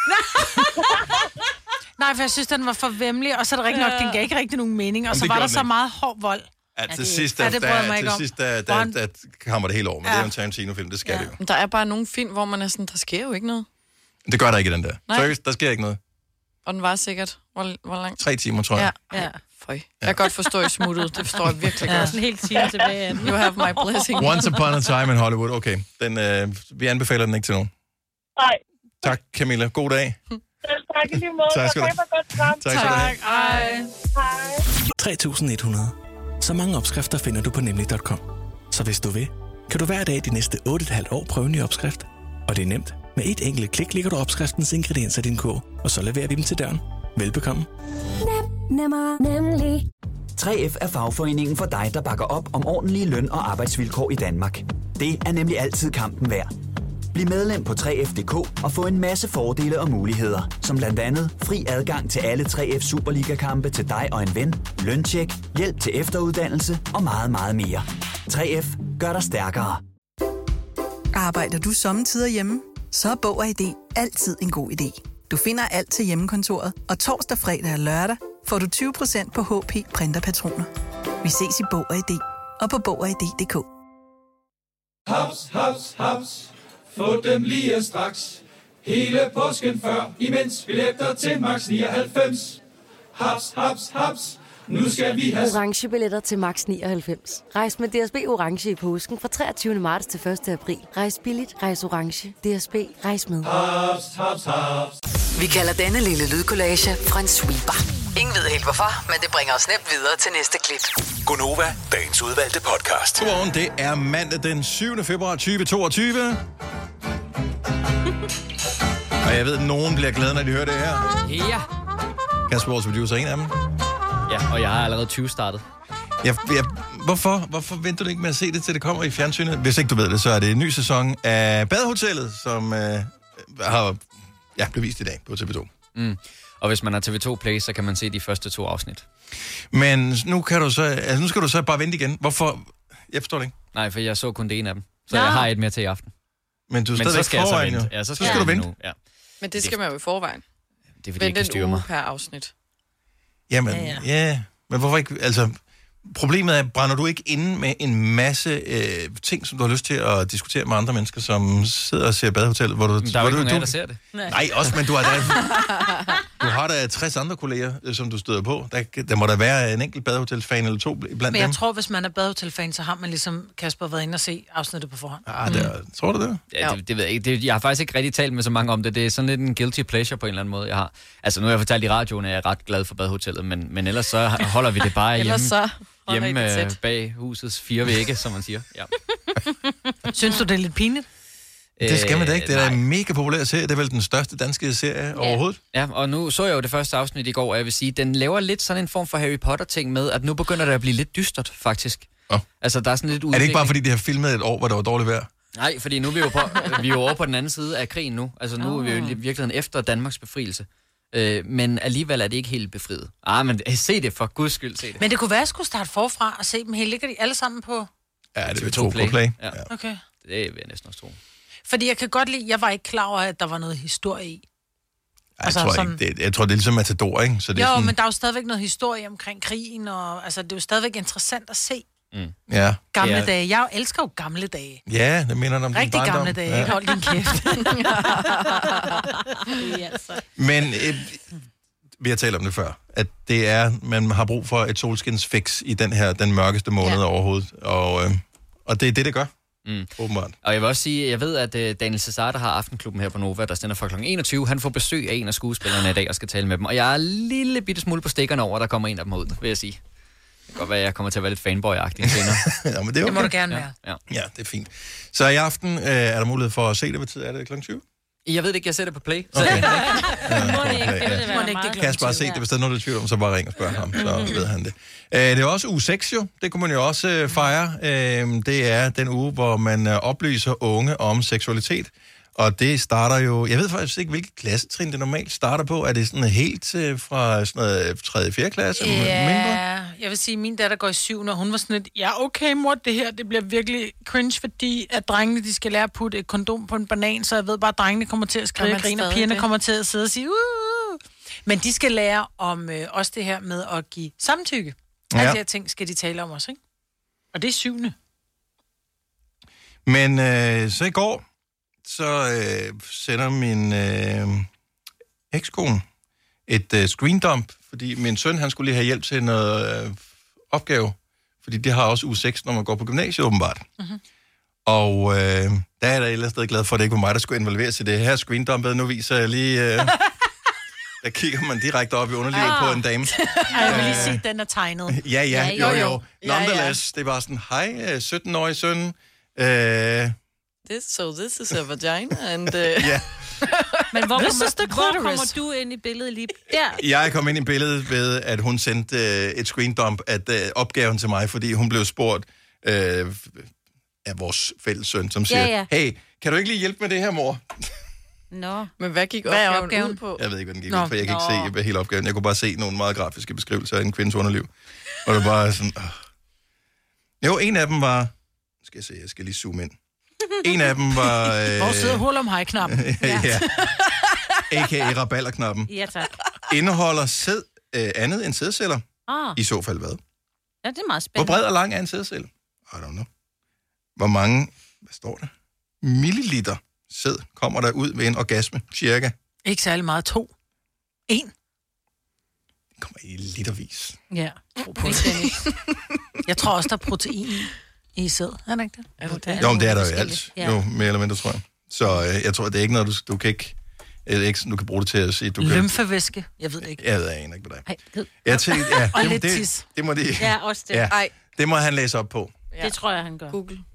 Nej, for jeg synes, den var for væmmelig, og så er det rigtig nok, den gav ikke rigtig nogen mening, og Jamen, så var der så meget hård vold. Ja, til sidst, der, der, til sidst, der, der, der kommer det helt over, men ja. Det er jo en Tarantino-film, det skal ja. Det jo. Der er bare nogle film, hvor man er sådan, der sker jo ikke noget. Det gør der ikke i den der. Nej. Seriøst, der sker ikke noget. Og den var sikkert, hvor, hvor langt? Tre timer, tror jeg. Ja, ja. Føj. Jeg kan godt forstå i smuttet, det forstår jeg virkelig ja, godt. sådan en hel time tilbage. You have my blessing. Once Upon a Time in Hollywood, okay. Den, øh, vi anbefaler den ikke til nogen. Nej. Tak, Camilla. God dag. Selv tak i lige måde. Tak skal du have. Tak, tak skal du have. Hej. Hej. tre tusind et hundrede. Så mange opskrifter finder du på nemlig punktum com. Så hvis du vil, kan du hver dag de næste otte komma fem år prøve en ny opskrift. Og det er nemt. Med et enkelt klik ligger du opskriftens ingredienser i din kog, og så leverer vi dem til døren. Velbekomme. Nem, nemmer, nemlig. tre F er fagforeningen for dig, der bakker op om ordentlige løn- og arbejdsvilkår i Danmark. Det er nemlig altid kampen værd. Bliv medlem på tre F punktum d k og få en masse fordele og muligheder, som blandt andet fri adgang til alle tre F Superliga-kampe til dig og en ven, løntjek, hjælp til efteruddannelse og meget, meget mere. tre F gør dig stærkere. Arbejder du sommetider hjemme? Så er Bog og I D altid en god idé. Du finder alt til hjemmekontoret, og torsdag, fredag og lørdag får du tyve procent på H P printerpatroner. Vi ses i Bog og I D og på bog og i d punktum d k. Haps, haps, haps. Få dem lige straks. Hele påsken før, imens billetter til max nioghalvfems. Haps, haps, haps. Nu skal vi have orange billetter til max nioghalvfems. Rejs med D S B orange i påsken fra treogtyvende marts til første april. Rejs billigt, rejs orange. D S B, rejs med. haps, haps, haps. Vi kalder denne lille lydkollage en sweeper. Ingen ved helt hvorfor, men det bringer os nemt videre til næste klip. Gonova, dagens udvalgte podcast. Godmorgen, det er mandag den syvende februar tyve toogtyve. Og jeg ved, at nogen bliver glade, når de hører det her. Ja. Kasper, vores producer, er en af dem. Ja, og jeg har allerede tyve startet. Jeg, jeg, hvorfor, hvorfor venter du ikke med at se det, til det kommer i fjernsynet? Hvis ikke du ved det, så er det en ny sæson af Badehotellet, som øh, har ja, blevet vist i dag på T V to. Mm. Og hvis man har T V to Play, så kan man se de første to afsnit. Men nu, kan du så, altså, nu skal du så bare vente igen. Hvorfor? Jeg forstår det ikke. Nej, for jeg så kun det ene af dem. Så Nå. jeg har et mere til i aften. Men du er Men så stadigvæk skal jeg så foran, vente. jo. Ja, så Så skal, skal jeg du vente. Nu. Ja. Men det skal man jo i forvejen. Det er fordi, jeg Vent kan en styre uge mig. per afsnit. Jamen, Ja, ja, ja. ja. Men hvorfor ikke? Altså, problemet er, brænder du ikke inde med en masse øh, ting, som du har lyst til at diskutere med andre mennesker, som sidder og ser Badehotellet, hvor du... Men der er hvor jo du, ikke nogen af du, jer, der ser det. Nej, Nej også, men du har da, du har da tres andre kolleger, øh, som du støder på. Der, der må der være en enkelt Badehotel-fan eller to blandt Men dem. jeg tror, hvis man er badehotelfan, så har man ligesom Kasper været inde og se afsnittet på forhånd. Ah, der, tror du det? Ja, det, det ved jeg ikke. Det, jeg har faktisk ikke rigtig talt med så mange om det. Det er sådan lidt en guilty pleasure på en eller anden måde, jeg har. Altså, nu har jeg fortalt i radioen, at jeg er ret glad for Badehotellet, men, men ellers så holder vi det bare Ellers hjemme, så holder I det hjemme øh, tæt. bag husets fire vægge, som man siger. Ja. Synes du, det er lidt pinligt? Det skal man da ikke. Det er Øh, en mega populær serie. Det er vel den største danske serie yeah. overhovedet. Ja, og nu så jeg jo det første afsnit i går, og jeg vil sige, den laver lidt sådan en form for Harry Potter-ting med, at nu begynder det at blive lidt dystert, faktisk. Oh. Altså, der er sådan lidt Er det ikke bare, fordi de har filmet et år, hvor det var dårligt vejr? Nej, fordi nu er vi jo, på, vi er jo over på den anden side af krigen nu. Altså, nu er vi jo i virkeligheden efter Danmarks befrielse. Øh, men alligevel er det ikke helt befriet. Ah, men se det, for guds skyld, se det. Men det kunne være, at jeg skulle starte forfra og se dem hele. Ligger de alle sammen på? Ja, det T V vil to tro på Play. Ja. Okay. Det vil jeg næsten også tro. Fordi jeg kan godt lide, jeg var ikke klar over, at der var noget historie i. Jeg, Altså, tror sådan- ikke, det, jeg tror, det er ligesom Matador, ikke? Så det Jo, er sådan, men der er jo stadigvæk noget historie omkring krigen, og altså, det er jo stadigvæk interessant at se Mm. ja. gamle ja. dage. Jeg elsker jo gamle dage. Ja, det minder om din Rigtig barndom. gamle dage, Ja. ikke? Hold din kæft. Men øh, vi har talt om det før, at det er, man har brug for et solskinsfix i den her, den mørkeste måned ja. overhovedet. Og, øh, og det er det, det gør. Mm. Åbenbart. Og jeg vil også sige, jeg ved, at uh, Daniel Cesar, der har Aftenklubben her på Nova, der sender fra klokken enogtyve, han får besøg af en af skuespillerne i dag og skal tale med dem. Og jeg er en lille bitte smule på stikkerne over, der kommer en af dem ud, vil jeg sige. Det kan godt være, at jeg kommer til at være lidt fanboy-agtig senere. ja, men det, er okay. Det må du gerne være. Ja, ja. Ja, det er fint. Så i aften øh, er der mulighed for at se det. Hvad tid er det? klokken tyve? Jeg ved det ikke, jeg ser det på Play. Så Okay. okay. Må det ikke, det vil det Må være det ikke, det meget. er Kasper har set det. Hvis der er noget, der er tvivl om, så bare ring og spørg ham, så ved han det. Øh, det er også uge seks jo. Det kunne man jo også øh, fejre. Øh, det er den uge, hvor man øh, oplyser unge om seksualitet. Og det starter jo... Jeg ved faktisk ikke, hvilket klassetrin det normalt starter på. Er det sådan helt øh, fra sådan noget tredje fjerde klasse? Mindre? Ja, jeg vil sige, at min datter går i syvende, og hun var sådan lidt, ja, okay mor, det her, det bliver virkelig cringe, fordi at drengene, de skal lære at putte et kondom på en banan, så jeg ved bare, at drengene kommer til at skrige Gør og man grine, og stadig pigerne det? kommer til at sidde og sige, uh. Men de skal lære om øh, også det her med at give samtykke. Ja. Alle de her ting skal de tale om også, ikke? Og det er syvende. Men øh, så i går, så øh, sender min øh, ekskone et øh, screendump, fordi min søn, han skulle lige have hjælp til noget øh, opgave, fordi det har også uge seks, når man går på gymnasiet åbenbart. Mm-hmm. Og øh, der er jeg da et eller andet sted glad for, at det ikke var mig, der skulle involveres i det her screendumpet. Nu viser jeg lige... Øh, der kigger man direkte op i underlivet Ah. på en dame. Ej, jeg vil lige sige, at den er tegnet. Ja, ja, jo, jo. Ja, Nonetheless, det var sådan, hej, sytten-årig søn. Øh, This, so this is a vagina, and... Uh... ja. Men hvor, This is the kommer, hvor clitoris. kommer du ind i billedet lige der? Jeg kom ind i billedet ved, at hun sendte øh, et screendump af øh, opgaven til mig, fordi hun blev spurgt øh, af vores fælles søn, som siger, Ja, ja. hey, kan du ikke lige hjælpe med det her, mor? Nå. Men hvad gik Hvad er opgaven, opgaven? ud på? Jeg ved ikke, hvad den gik Nå. ud, for jeg kan Nå. ikke se hvad hele opgaven. Jeg kunne bare se nogle meget grafiske beskrivelser af en kvindes underliv. Og det var bare sådan... Øh. Jo, en af dem var... Nu skal jeg se, jeg skal lige zoome ind. En af dem var... Øh, Hvor sidder hul om hej-knappen? ja. A K A rabalderknappen. Ja, tak. Indeholder sæd, øh, andet end sædceller. Ah, I så fald hvad? ja, det er meget Hvor spændende. bred og lang er en sædcelle? I don't know. Hvor mange, hvad står der? Milliliter sæd kommer der ud ved en orgasme, cirka. Ikke særlig meget. To. En. Det kommer i litervis. Ja. Tro på det. Jeg tror også, der er protein i, i sæd. Er det ikke det? Er det det? Jo, men det er der jo forskellige. alt. Ja. Jo, mere eller mindre, tror jeg. Så øh, jeg tror, det er ikke noget, du, du kan ikke... Det er ikke sådan, du kan bruge det til at sige, du kan... Lymfevæske. Jeg ved det ikke. Jeg ved jeg aner ikke med dig. Ej, gud. Jeg tænkte, ja, Og det, lidt det, tis. det, må det, Ja, også det. ja, Ej, det må han læse op på. Det tror jeg, han gør. Google.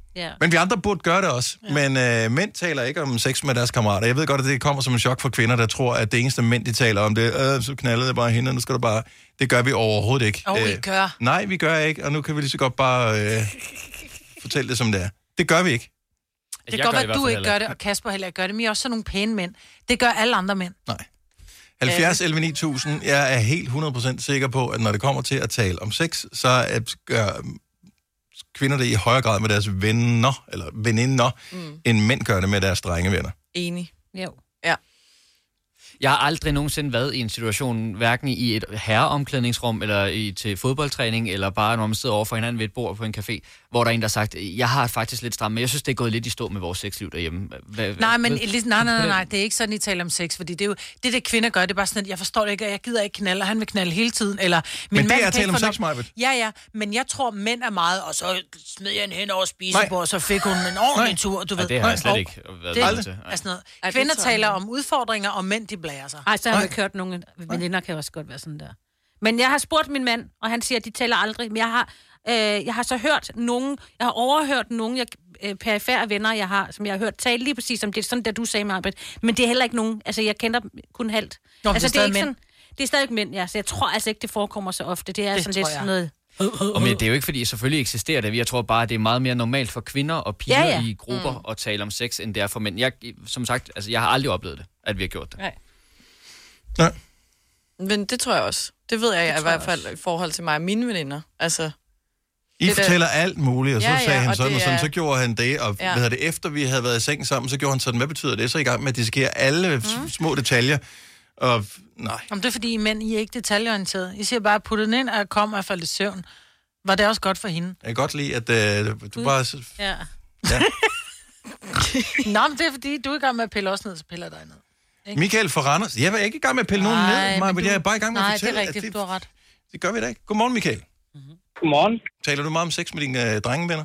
Ja. Men vi andre burde gøre det også. Ja. Men øh, mænd taler ikke om sex med deres kammerater. Jeg ved godt, at det kommer som en chok for kvinder, der tror, at det eneste mænd, de taler om, det er, øh, så knaldede jeg bare hende, nu skal du bare... Det gør vi overhovedet ikke. Og vi gør. Nej, vi gør ikke, og nu kan vi lige så godt bare øh, fortælle det, som det er. Det gør vi ikke. Det kan godt være, at du ikke gør det, og Kasper heller ikke gør det, men I er også sådan nogle pæne mænd. Det gør alle andre mænd. Nej. halvfjerds elleve ni tusind. Jeg er helt hundrede procent sikker på, at når det kommer til at tale om sex, så gør kvinder det i højere grad med deres venner, eller veninder, mm. end mænd gør det med deres drengevenner. Enig. Jo. Ja. Jeg har aldrig nogensinde været i en situation, hverken i et herreomklædningsrum, eller i, til fodboldtræning, eller bare når man sidder over for hinanden ved et bord på en café, hvor der er en, der har sagt, jeg har faktisk lidt stramt, men jeg synes, det er gået lidt i stå med vores sexliv derhjemme. Hva, nej, men nej, nej, nej, nej, det er ikke sådan, I taler om sex, fordi det er jo, det der kvinder gør, det er bare sådan, at jeg forstår det ikke, og jeg gider ikke knalde, og han vil knalde hele tiden, eller min men det mand er at tale om sex, Majbert. Ja, ja, men jeg tror, mænd er meget, og så smed jeg en hen over spisebord, og så fik hun en ordentlig tur, du ved. Ja, det har jeg slet ikke været det, aldrig til. Er sådan noget. Kvinder taler om udfordringer, og mænd, de blærer sig. Ej, så har jeg hørt nogle veninder kan også godt være sådan der. Men jeg har spurgt min mand, og han siger, at de taler aldrig. Men jeg har, øh, jeg har så hørt nogen, jeg har overhørt nogen jeg, øh, perifære venner, jeg har, som jeg har hørt tale lige præcis om det, sådan der du sagde, Marbet. Men det er heller ikke nogen, altså jeg kender kun halvt. Nå, altså, det er, det er ikke mænd. sådan, det er stadig mænd, ja. Så jeg tror altså ikke, det forekommer så ofte. Det er det sådan lidt sådan noget... Og men det er jo ikke, fordi selvfølgelig eksisterer det. Jeg tror bare, det er meget mere normalt for kvinder og piger ja, ja. i grupper mm. at tale om sex, end det er for mænd. Jeg, som sagt, altså, jeg har aldrig oplevet det, at vi har gjort det. Nej. Nej. Men det tror jeg også. Det ved jeg, jeg i hvert fald i forhold til mig og mine veninder. Altså, I det fortæller der... alt muligt, og så ja, sagde ja, han og sådan, og sådan, er... så gjorde han det, og ja. hvad hedder det, efter vi havde været i sengen sammen, så gjorde han sådan, hvad betyder det? Så er I gang med at dissekere alle mm. små detaljer, og nej. Om det er fordi, I mænd, I er ikke detaljeorienteret. I siger bare, putte den ind, og kom og falde i søvn. Var det også godt for hende? Jeg kan godt lide, at uh, du bare... Ja. ja. Nå, men det er fordi, du er i gang med at pille også ned, så piller dig ned. Ikke? Michael fra Randers. Jeg er ikke i gang med at pille nej, nogen ned, Maja, men du... jeg er bare i gang med nej, at fortælle, det er rigtigt, at det, du har ret. Det gør vi da ikke. Godmorgen, Michael. Mm-hmm. Godmorgen. Taler du meget om sex med dine uh, drengevenner?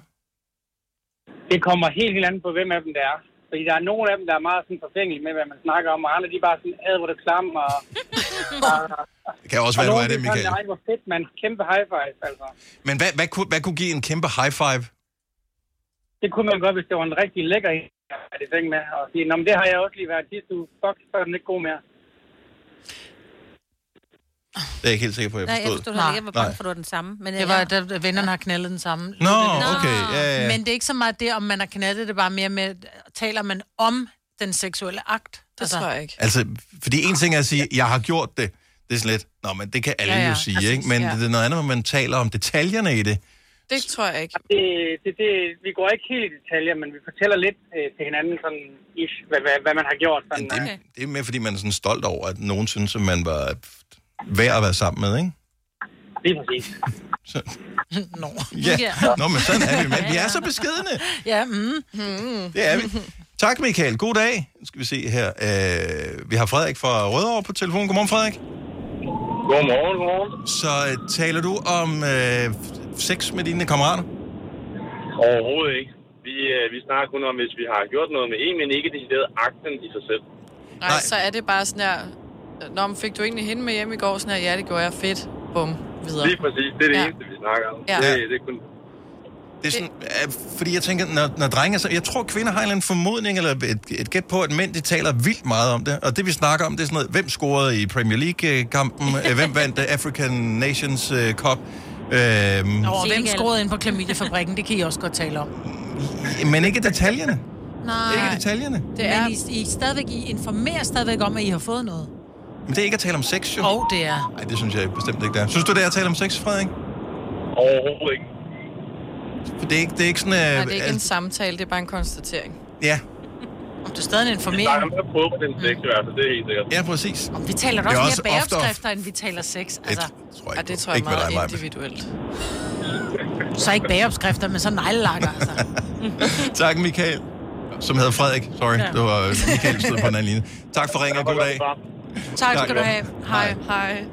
Det kommer helt helt an på, hvem af dem det er. Fordi der er nogle af dem, der er meget sådan forfængelige med, hvad man snakker om, og andre de er bare sådan, ad hvor det klam, og... Det kan også være, du er det, Michael. Nej, hvor fedt, man. Kæmpe high five, altså. Men hvad, hvad, kunne, hvad kunne give en kæmpe high five? Det kunne man godt, hvis det var en rigtig lækker en, at det fæng med, og sige, nå, men det har jeg også lige været sidste uge. Fuck, så er den ikke god mere. Det er jeg ikke helt sikker på, at jeg forstod. Nej, jeg forstod det ikke. Jeg var bange for, at det var den samme. Men det var, da vennerne har knaldet den samme. Nå, okay. Ja, ja. Men det er ikke så meget det, om man har knaldet, det er bare mere med, taler man om den seksuelle akt. Det altså, tror jeg ikke. Altså, fordi en ting er at sige, jeg har gjort det. Det er sådan lidt, nå, men det kan alle ja, ja. jo sige, altså, ikke? Men ja. det er noget andet, når man taler om detaljerne i det. Det tror jeg ikke. Det, det, det, vi går ikke helt i detaljer, men vi fortæller lidt øh, til hinanden, sådan, ish, hvad, hvad, hvad man har gjort. Sådan, det, okay. det er mere, fordi man er sådan stolt over, at nogen synes, at man var værd at være sammen med, ikke? Det er præcis. Så. Nå. Ja, nå, men sådan er vi, men vi er så beskedne. Ja, mm. Mm. Det er vi. Tak, Michael. God dag. Nu skal vi se her. Øh, vi har Frederik fra Rødovre på telefonen. Godmorgen, Frederik. Godmorgen, godmorgen. Så øh, taler du om øh, sex med dine kammerater? Overhovedet ikke. Vi, øh, vi snakker kun om, hvis vi har gjort noget med en, men ikke decideret akten i sig selv. Nej, Nej, så er det bare sådan her... Nå, men fik du egentlig hende med hjem i går? Sådan her, ja, det gjorde jeg. Fedt. Bum. Videre. Lige præcis. Det er det ja. eneste, vi snakker om. Ja. Det, det er kun... Det er sådan, øh, fordi jeg tænker, når, når drenge... Så, jeg tror, kvinder har en eller anden formodning, eller et, et gæt på, at mænd, de taler vildt meget om det. Og det, vi snakker om, det er sådan noget, hvem scorede i Premier League-kampen? Hvem vandt African Nations uh, Cup? Øhm, Nå, og hvem scorede ind på klamydiefabrikken? Det kan I også godt tale om. Men ikke detaljerne. Nej. Ikke detaljerne. Det er... Men I, I, stadigvæk, I informerer stadigvæk om, at I har fået noget. Men det er ikke at tale om sex, jo. Åh, oh, det er. Nej, det synes jeg bestemt ikke, det er. Synes du, det er at tale om sex, Frederik? Overhovedet ikke. For det er ikke, det er ikke sådan... Uh, Nej, det er ikke en samtale, det er bare en konstatering. Ja. Om du stadig informerer. Vi snakker med at prøve på den sex, i hvert fald. Det er helt sikkert. Ja, præcis. Om vi taler da også, også mere bageopskrifter, end vi taler sex. Altså. Det tror jeg ikke. Ja, det tror jeg er meget dig, individuelt. Så ikke bageopskrifter, men så neglelakker, altså. Tak, Michael. Som hedder Frederik. Sorry, ja. Det var Michael, der stod på den anden linje. Tak for ringen, og god dag. Tak skal du have. Hej. Hej.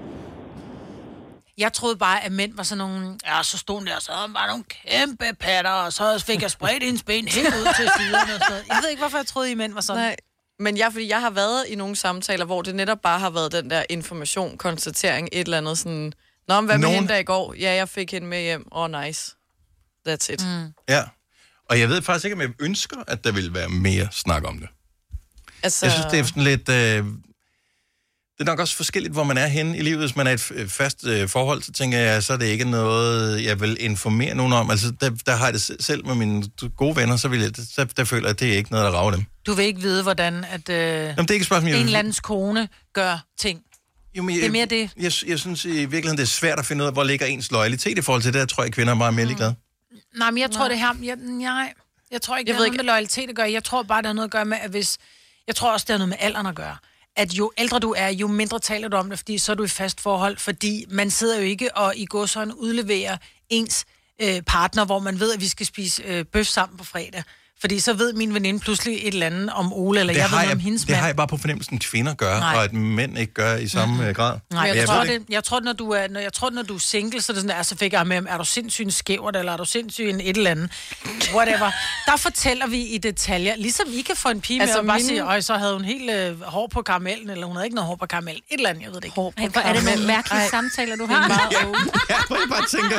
Jeg troede bare, at mænd var sådan nogle... Ja, så stod der, så havde man bare nogle kæmpe patter, og så fik jeg spredt hendes ben helt ud til siderne og sådan noget. Jeg ved ikke, hvorfor jeg troede, I mænd var sådan. Nej, men jeg, fordi jeg har været i nogle samtaler, hvor det netop bare har været den der information, konstatering, et eller andet sådan... Nå, men hvad med Nogen... hende der i går? Ja, jeg fik hende med hjem. Åh, oh, nice. That's it. Mm. Ja. Og jeg ved faktisk ikke, om jeg ønsker, at der vil være mere snak om det. Altså... Jeg synes, det er sådan lidt... Øh... Det er nok også forskelligt, hvor man er henne i livet. Hvis man er et f- fast øh, forhold, så tænker jeg, så er det ikke noget, jeg vil informere nogen om. Altså, der, der har jeg det selv med mine gode venner, så vil jeg, der, der føler jeg, at det er ikke noget, der rager dem. Du vil ikke vide, hvordan at, øh, Jamen, det er ikke spørgsmål, en eller andens kone gør ting. Jo, men jeg, det er mere det. Jeg, jeg, jeg synes i virkeligheden, det er svært at finde ud af, hvor ligger ens loyalitet i forhold til det. Der tror jeg, kvinder er meget mere ligeglade. Nej, men jeg tror, det her... Jeg, nej, jeg tror ikke, Jeg det ved har noget med loyalitet at gøre. Jeg tror bare, det har noget at gøre med, at hvis... Jeg tror også, det har noget med alderen at gøre. At jo ældre du er, jo mindre taler du om det, fordi så er du i fast forhold. Fordi man sidder jo ikke og i godsøjne udleverer ens øh, partner, hvor man ved, at vi skal spise øh, bøf sammen på fredag. Fordi så ved min veninde pludselig et eller andet om Ole, eller Det jeg ved har noget om jeg, hendes det mand. har jeg bare på fornemmelsen, kvinder gør, Nej. og at mænd ikke gør i samme mm-hmm. grad. Nej, jeg, jeg, tror, ved det, jeg tror, når du er, når jeg tror, når du er single, så er det sådan, at så fik jeg med, er du sindssygt en skævert, eller er du sindssygt en et eller andet. Whatever. Der fortæller vi i detaljer, ligesom I kan få en pige Altså, med, og bare mine- sige, øj, så havde hun helt øh, hår på karamellen, eller hun havde ikke noget hår på karamellen. Et eller andet, jeg ved det ikke. Hår Ej, hvor er det nogle mærkelige samtaler, du har. Ja, hvor jeg bare tænker,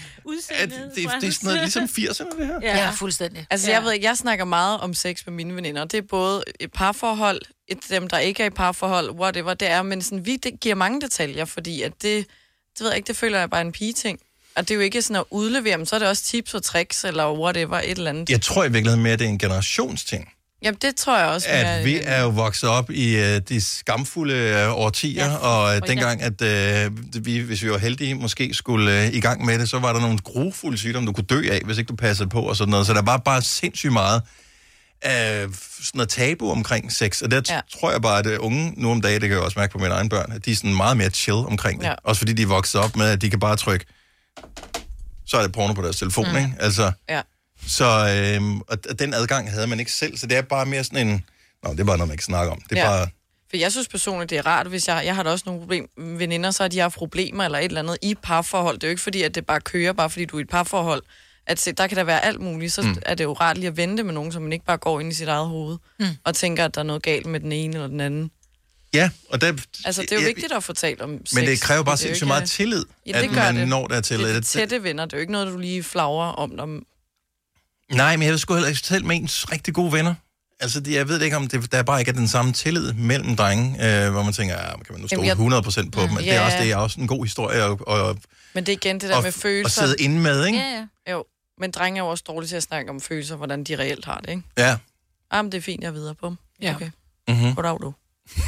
at det, det er sådan noget ligesom firserne, det her. Ja, ja fuldstændig. Altså, ja. jeg ved ikke, jeg snakker meget om sex med mine veninder. Det er både et parforhold, et dem, der ikke er i parforhold, whatever det er, men sådan, vi det giver mange detaljer, fordi at det, det ved jeg ikke, det føler jeg bare en pige-ting. Og det er jo ikke sådan at udlevere dem, så er det også tips og tricks, eller whatever, et eller andet. Jeg tror i virkeligheden mere, at det er en generationsting. Jamen, det tror jeg også. At mere- vi er jo vokset op i uh, de skamfulde uh, årtier, ja, og uh, dengang, at uh, vi, hvis vi var heldige, måske skulle uh, i gang med det, så var der nogle grufulde sygdomme, du kunne dø af, hvis ikke du passede på og sådan noget. Så der var bare sindssygt meget uh, sådan noget tabu omkring sex. Og der ja. tror jeg bare, at uh, unge nu om dagen, det kan jeg også mærke på mine egne børn, at de er sådan meget mere chill omkring det. Ja. Også fordi de er vokset op med, at de kan bare trykke, så er det porno på deres telefon, mm. ikke? Altså... Ja. Så øhm, og den adgang havde man ikke selv, så det er bare mere sådan en... Nå, det er bare noget, man ikke snakker om. Det er Ja. bare... For jeg synes personligt, det er rart, hvis jeg... Jeg har da også nogle problem, veninder, så har de haft problemer eller et eller andet i parforhold. Det er jo ikke fordi, at det bare kører, bare fordi du er i et parforhold. At se, der kan der være alt muligt, så mm. er det jo rart lige at vente med nogen, så man ikke bare går ind i sit eget hoved mm. og tænker, at der er noget galt med den ene eller den anden. Ja, og der... Altså, det er jo ja, vigtigt at få talt om sex. Men det kræver bare Det er jo sindssygt ikke- meget tillid, Ja, det at gør man det. når dertil. Det er de Det- tætte venner. Det er jo ikke noget, du lige flagrer om dem. Nej, men jeg vil sgu heller ikke selv med ens rigtig gode venner. Altså, det- jeg ved ikke, om det, der bare ikke er den samme tillid mellem drenge, øh, hvor man tænker, ja, kan man nu stole Jamen, jeg- hundrede procent på Mm, dem. Det ja. er også, det er også en god historie at, at, Men det er igen det der Og- med følelser. og sidde inde med, ikke? Ja, ja. Jo, men drenge er jo også dårlige til at snakke om følelser, hvordan de reelt har det, ikke? Ja. Jamen, det er fint, jeg er videre på dem. Ja. Okay. Mm-hmm. Goddag, du.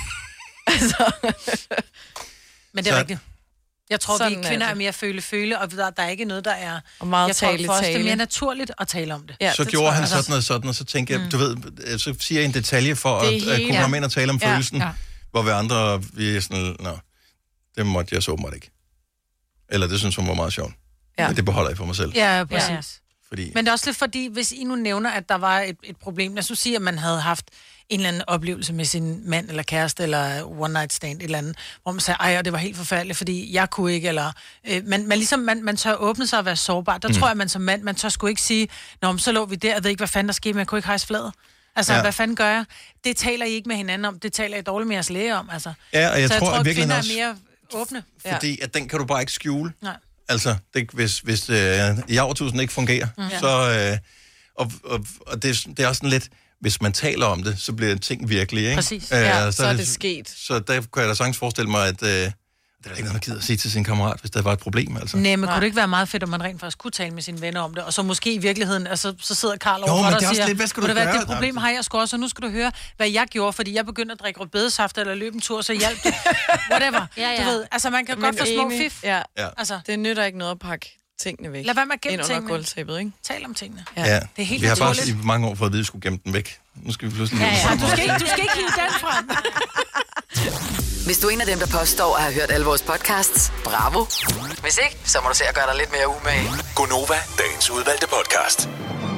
Men det er Så- rigtigt. Jeg tror, Sådan vi er kvinder er, det. mere føle-føle, og der, der er ikke noget, der er... Og meget jeg tror, tale, for os, det er tale. mere naturligt at tale om det. Ja, så gjorde han sådan og sådan, og så tænkte jeg, Mm. du ved, øh, så siger jeg en detalje for Det er at, at helt- kunne ja. komme ind og tale om Ja, følelsen, ja. hvor vi andre, vi er sådan, nå, det måtte jeg så åbenbart ikke. Eller det synes hun var meget sjovt. Ja. Men det beholder jeg for mig selv. Ja, præcis. Ja. Fordi, Men det er også lidt fordi, hvis I nu nævner, at der var et, et problem, lad os nu sige, at man havde haft en eller anden oplevelse med sin mand eller kæreste, eller one night stand, et eller andet, hvor man sagde, ej, og det var helt forfærdeligt, fordi jeg kunne ikke, eller... Øh, man, man, ligesom, man, man tør åbne sig og være sårbar. Der Mm. mm. tror jeg, man som mand, man tør sgu ikke sige, nå, men så lå vi der, jeg ved ikke, hvad fanden der skete, men jeg kunne ikke hejse fladet. Altså, Ja. ja. hvad fanden gør jeg? Det taler I ikke med hinanden om, det taler I dårligt med jeres læge om, altså. Ja, og jeg så jeg tror, tror, at at virkelig kvinder også- er mere åbne. fordi at den kan du bare ikke skjule. Nej. Altså, det, hvis, hvis øh, javertusen ikke fungerer, Mm. mm. Ja. så... Øh, og og, og det, det er også sådan lidt... Hvis man taler om det, så bliver ting virkelig, ikke? Præcis. Ja, så er det sket. Så der kan jeg da sagtens forestille mig, at øh, det er ikke noget, man gider at sige til sin kammerat, hvis der var et problem, altså. Nej, men kunne det ikke være meget fedt, om man rent faktisk kunne tale med sine venner om det, og så måske i virkeligheden, altså, så sidder Karl over Jo, for men dig det er og også siger, lidt, hvad skal "Ved du hvad, gøre?" det problem har jeg sgu også, og nu skal du høre, hvad jeg gjorde, fordi jeg begyndte at drikke rødbedesaft eller løbe en tur, så hjalp det. Whatever. Ja, ja. Du ved, altså man kan Men godt få små enig. fif. Ja. Ja. Altså, Det nytter ikke noget at pakke tingene væk. lad være med at gemme ind under tingene. gulvtæppet, ikke? Tal om tingene. Ja, ja. Det er helt vi har naturligt. faktisk i mange år fået at vide, at vi skulle gemme den væk. Nu skal vi pludselig... Ja, ja. Du skal ikke, du skal ikke hive den frem. Hvis du er en af dem, der påstår at have hørt alle vores podcasts, bravo. Hvis ikke, så må du se at gøre dig lidt mere umage. Gonova, dagens udvalgte podcast.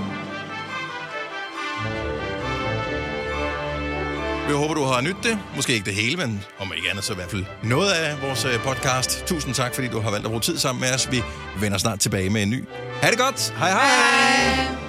Vi håber, du har nydt det. Måske ikke det hele, men om ikke andet, så i hvert fald noget af vores øh, podcast. Tusind tak, fordi du har valgt at bruge tid sammen med os. Vi vender snart tilbage med en ny. Ha' det godt. Hej hej. hej.